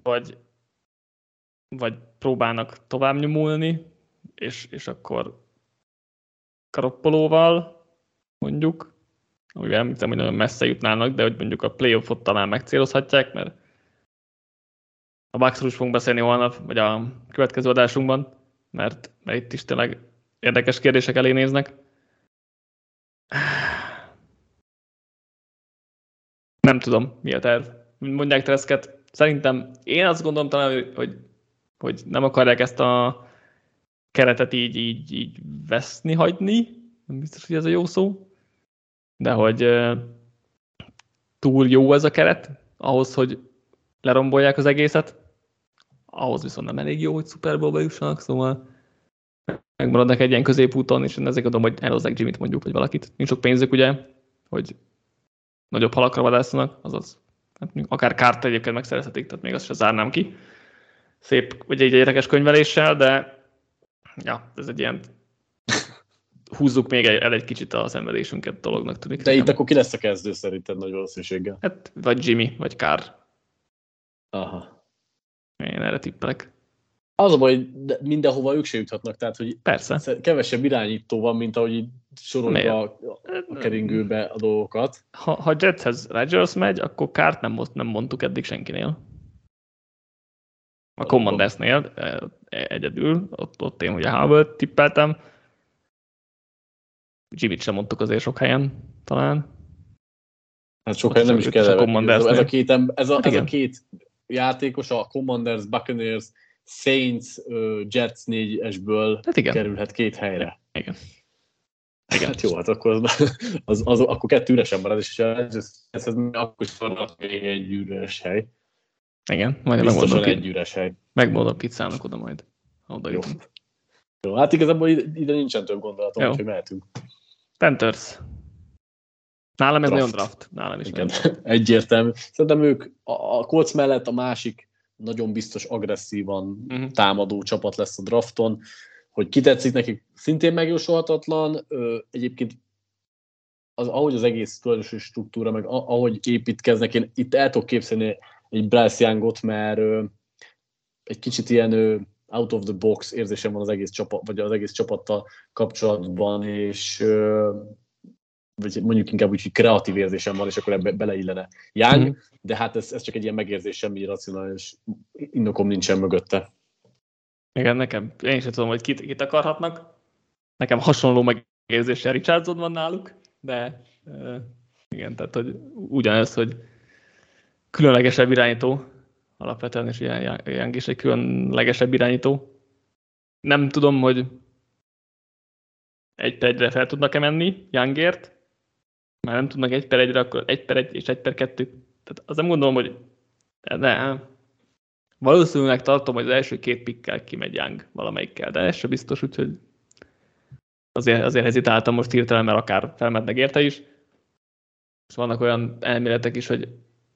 vagy próbálnak tovább nyomulni, és akkor Garoppolóval mondjuk, amivel említem, hogy nagyon messze jutnának, de hogy mondjuk a playoffot talán megcélozhatják, mert a Bucksról is fogunk beszélni holnap, vagy a következő adásunkban, mert itt is tényleg érdekes kérdések elé néznek. Nem tudom, mi a terv. Mondják Trasket. Szerintem én azt gondolom talán, hogy nem akarják ezt a keretet így veszni, hagyni. Nem biztos, hogy ez a jó szó. De hogy túl jó ez a keret, ahhoz, hogy lerombolják az egészet. Ahhoz viszont nem elég jó, hogy Super Bowl-ba jussanak, szóval megmaradnak egy ilyen középúton, és én ezért gondolom, hogy elhozzák Jimmyt mondjuk, vagy valakit. Nincs sok pénzük, ugye, hogy nagyobb halakra vadászanak, azaz hát akár Carter egyébként megszerezhetik, tehát még azt se zárnám ki. Szép, ugye egy érdekes könyveléssel, de ja, ez egy ilyen húzzuk még el egy kicsit a szenvedésünket dolognak tűnik. De itt akkor ki lesz a kezdő szerinted nagy valószínűséggel? Hát vagy Jimmy, vagy Carr. Aha. Én erre tippelek. Az a baj, hogy mindenhova ők se juthatnak, tehát hogy persze. Kevesebb irányító van, mint ahogy így sorolja a keringőbe a dolgokat. Ha Jetshez Rodgers megy, akkor Carrt nem mondtuk eddig senkinél. A Commandersnél egyedül, ott én ugye Howard tippeltem. Jimmyt sem mondtuk azért sok helyen talán. Hát sok helyen nem is kell. Ez a két játékos, a Commanders, Buccaneers, Saints, Jets 4-esből hát kerülhet két helyre. Igen. Hát jó, hát akkor akkor kettő üresen marad, és ez akkor is vannak még egy üres hely. Igen, majd biztosan egy üres hely. Megmondom pizzának oda majd. Oda jutunk. Jó, hát igazából ide nincsen több gondolatom, úgyhogy mehetünk. Panthers. Nálam ez nagyon draft. Nálam is igen. Egyértelmű. Szerintem ők a Colts mellett a másik nagyon biztos agresszívan támadó csapat lesz a drafton. Hogy kitetszik nekik, szintén megjósolhatatlan. Egyébként ahogy az egész tulajdonosi struktúra, meg ahogy építkeznek, én itt el tudok képzelni egy Bryce Youngot, mert egy kicsit ilyen out of the box érzésem van az egész csapat, vagy az egész csapattal kapcsolatban, és vagy mondjuk inkább úgy, hogy kreatív érzésem van, és akkor ebbe beleillene Young, de hát ez csak egy ilyen megérzés, semmi racionális indokom nincsen mögötte. Igen, nekem, én sem tudom, hogy kit akarhatnak. Nekem hasonló megérzéssel Richardson van náluk, de igen, tehát hogy ugyanez, hogy különlegesebb irányító alapvetően, és Young is egy különlegesebb irányító. Nem tudom, hogy 1/1-re fel tudnak-e menni Youngért, már nem tudnak 1/1-re, akkor 1/1 és 1/2. Tehát azt nem gondolom, hogy valószínűleg tartom, hogy az első 2 pickkel kimegy Young valamelyikkel, de ez sem biztos, úgyhogy azért hezitáltam most hirtelen, mert akár felmentnek érte is. És vannak olyan elméletek is, hogy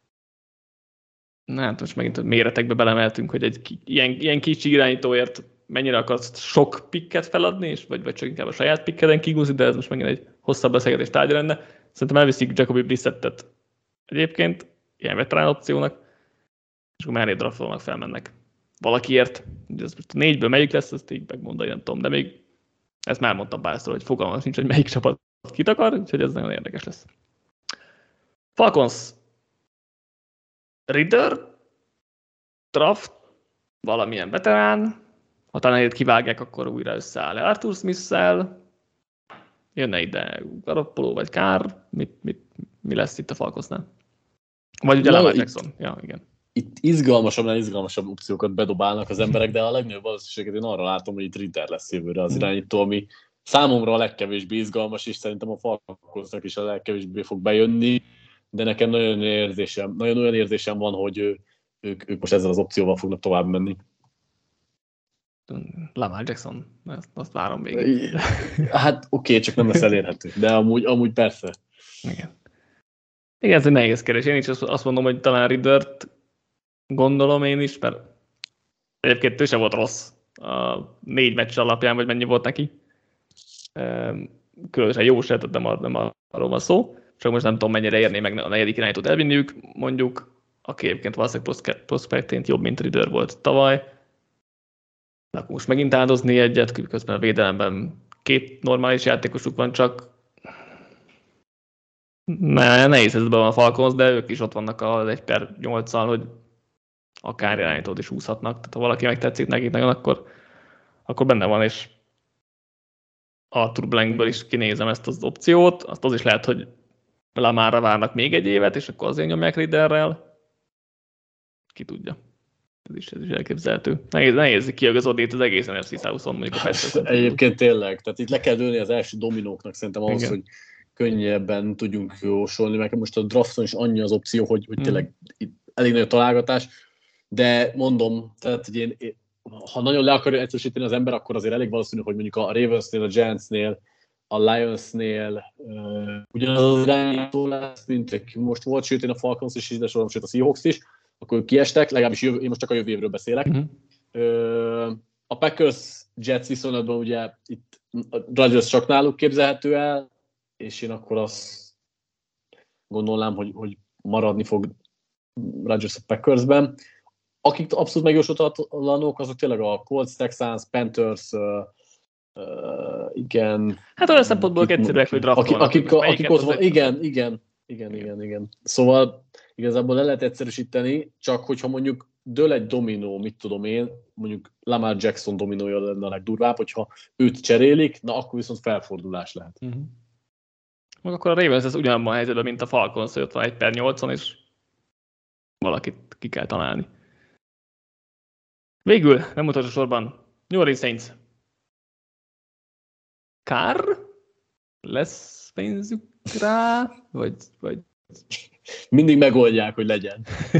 hát most megint a méretekbe belemeltünk, hogy egy ilyen kicsi irányítóért mennyire akarsz sok pikket feladni, és vagy csak inkább a saját pikkeden kigúzni, de ez most megint egy hosszabb beszélgetés tárgya lenne. Szerintem elviszik Jacoby Brissettet egyébként, ilyen veterán opciónak, és akkor már draftolnak felmennek valakiért. Ugye ez most a 4-ből melyik lesz, ezt így megmondani, nem tudom, de még ezt már mondtam párszor, hogy fogalmam sincs, hogy melyik csapat kit akar, úgyhogy ez nagyon érdekes lesz. Falcons Ridder, draft, valamilyen veterán, ha talán kivágják, akkor újra összeáll Arthur Smith-szel, jönne ide Garoppolo vagy Carr, mi lesz itt a Falconsnál? Vagy ugye Lamar Jackson. Ja, igen. Itt izgalmasabb opciókat bedobálnak az emberek, de a legnagyobb valószínűséget én arra látom, hogy itt Ridder lesz jövőre az irányító, ami számomra a legkevésbé izgalmas, és szerintem a Falconsnak is a legkevésbé fog bejönni, de nekem nagyon olyan érzésem van, hogy ők most ezzel az opcióval fognak tovább menni. Lamar Jackson, azt várom még. Hát oké, csak nem lesz elérhető, de amúgy persze. Igen, ez egy nehéz kérdés. Én is azt mondom, hogy talán Riddert gondolom én is, mert egyébként ő sem volt rossz a 4 meccs alapján, vagy mennyi volt neki. Különösen jó se, tehát nem arról van szó. Csak most nem tudom, mennyire érné meg a 4. irányítót elvinniük, mondjuk, aki egyébként valószínűleg prospektként jobb, mint Ridder volt tavaly. De akkor most megint áldozni egyet, közben a védelemben 2 normális játékosuk van, csak nehéz helyzetben van a Falcons, de ők is ott vannak az 1/8-al, hogy akár irányítót is húzhatnak. Tehát ha valaki megtetszik nekik nagyon, akkor benne van, és Arthur Blankből is kinézem ezt az opciót. Azt az is lehet, hogy Lamarra várnak még egy évet, és akkor azért nyomják Ridderrel. Ki tudja. Ez is elképzelhető. Nehéz kiagazodni itt az egész NFC South-on, mondjuk a Packers. Egyébként tényleg. Tehát itt le kell dőlni az első dominóknak szerintem ahhoz, igen, hogy könnyebben tudjunk jósolni, mert most a drafton is annyi az opció, hogy tényleg elég nagy a találgatás, de mondom, tehát hogy én, ha nagyon le akarja egyszerűsíteni az ember, akkor azért elég valószínű, hogy mondjuk a Ravensnél, a Giantsnél, a Lionsnél ugyanaz az irányító lesz, mint most volt, sőt én a Falcons is, de sorom, sőt a Seahawks is, akkor kiestek, legalábbis én most csak a jövő évről beszélek. A Packers Jets viszonylatban ugye itt Rodgers csak náluk képzelhető el, és én akkor azt gondolnám, hogy maradni fog Rodgers a Packersben. Akik abszolút megjósolhatatlanok, azok tényleg a Colts, Texans, Panthers, igen. Hát olyan szempontból egyszerűek, hogy draftolnak. Akik ott van, igen. Szóval igazából le lehet egyszerűsíteni, csak hogyha mondjuk dől egy dominó, mit tudom én, mondjuk Lamar Jackson dominója lenne a legdurvább, hogyha őt cserélik, na akkor viszont felfordulás lehet. Meg akkor a Ravens ez ugyanabban a helyzetben, mint a Falcons, hogy ott van 1/8-on, és valakit ki kell találni. Végül, nem utolsó sorban, New Orleans Saints. Carr? Lesz pénzük rá? Vagy... Mindig megoldják, hogy legyen.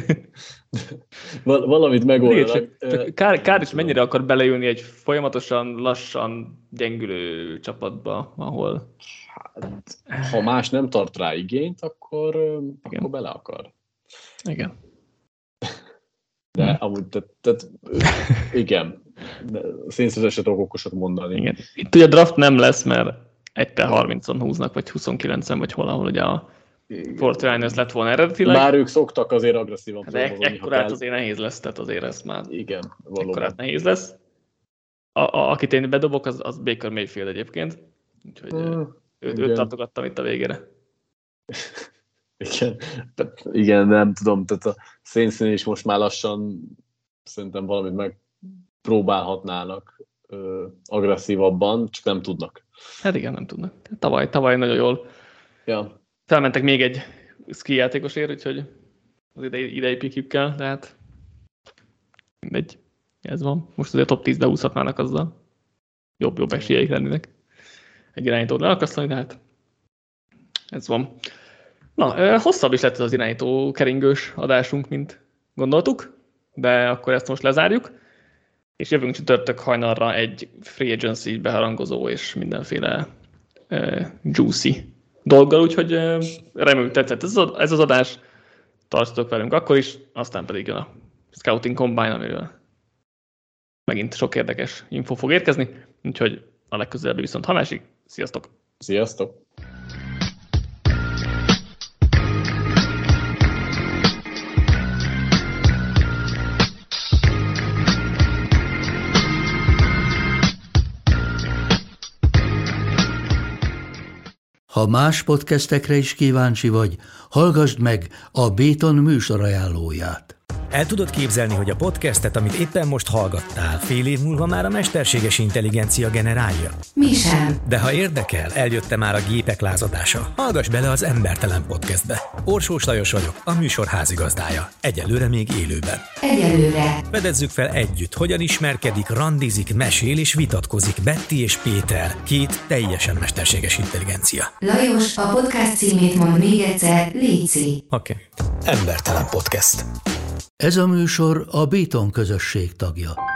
Valamit megoldanak. Carr is mennyire akar belejönni egy folyamatosan, lassan gyengülő csapatba, ahol... Hát, ha más nem tart rá igényt, akkor bele akar. Igen. De amúgy, tehát igen. Szénszerűen se tudok okosat mondani. Igen. Itt ugye a draft nem lesz, mert 1/30-on húznak, vagy 29-en, vagy valahol ugye a 49ers lett volna eredetileg. Már ők szoktak azért agresszívan fölmozogni. De ekkorát azért nehéz lesz, tehát azért ez már igen, valóban. Ekkorát nehéz lesz. Akit én bedobok, az Baker Mayfield egyébként. Úgyhogy őt tartogattam itt a végére. Igen, nem tudom, tehát a Saints-nél is most már lassan szerintem valamit megpróbálhatnának agresszívabban, csak nem tudnak. Hát igen, nem tudnak. Tavaly nagyon jól felmentek még egy ski játékosért, úgyhogy az idei pikjükkel, de hát mindegy, ez van. Most azért top 10-be úszhatnának azzal. Jobb esélyeik lennének. Egy irányítót leakasztani, de hát ez van. Na, hosszabb is lett az irányító keringős adásunk, mint gondoltuk, de akkor ezt most lezárjuk, és jövünk csütörtök hajnalra egy free agency beharangozó és mindenféle juicy dolggal, úgyhogy reméljük tetszett ez az adás, tartsatok velünk akkor is, aztán pedig jön a Scouting Combine, amiről megint sok érdekes info fog érkezni, úgyhogy a legközelebbi viszont hallásig, sziasztok! Sziasztok! Ha más podcastekre is kíváncsi vagy, hallgassd meg a Béton műsor ajánlóját. El tudod képzelni, hogy a podcastet, amit éppen most hallgattál, fél év múlva már a mesterséges intelligencia generálja? Mi sem. De ha érdekel, eljött már a gépek lázadása. Hallgass bele az Embertelen Podcastbe. Orsós Lajos vagyok, a műsor házigazdája. Egyelőre még élőben. Egyelőre. Fedezzük fel együtt, hogyan ismerkedik, randizik, mesél és vitatkozik Betty és Péter, két teljesen mesterséges intelligencia. Lajos, a podcast címét mond még egyszer, léci. Oké. Embertelen Podcast. Ez a műsor a Béton közösség tagja.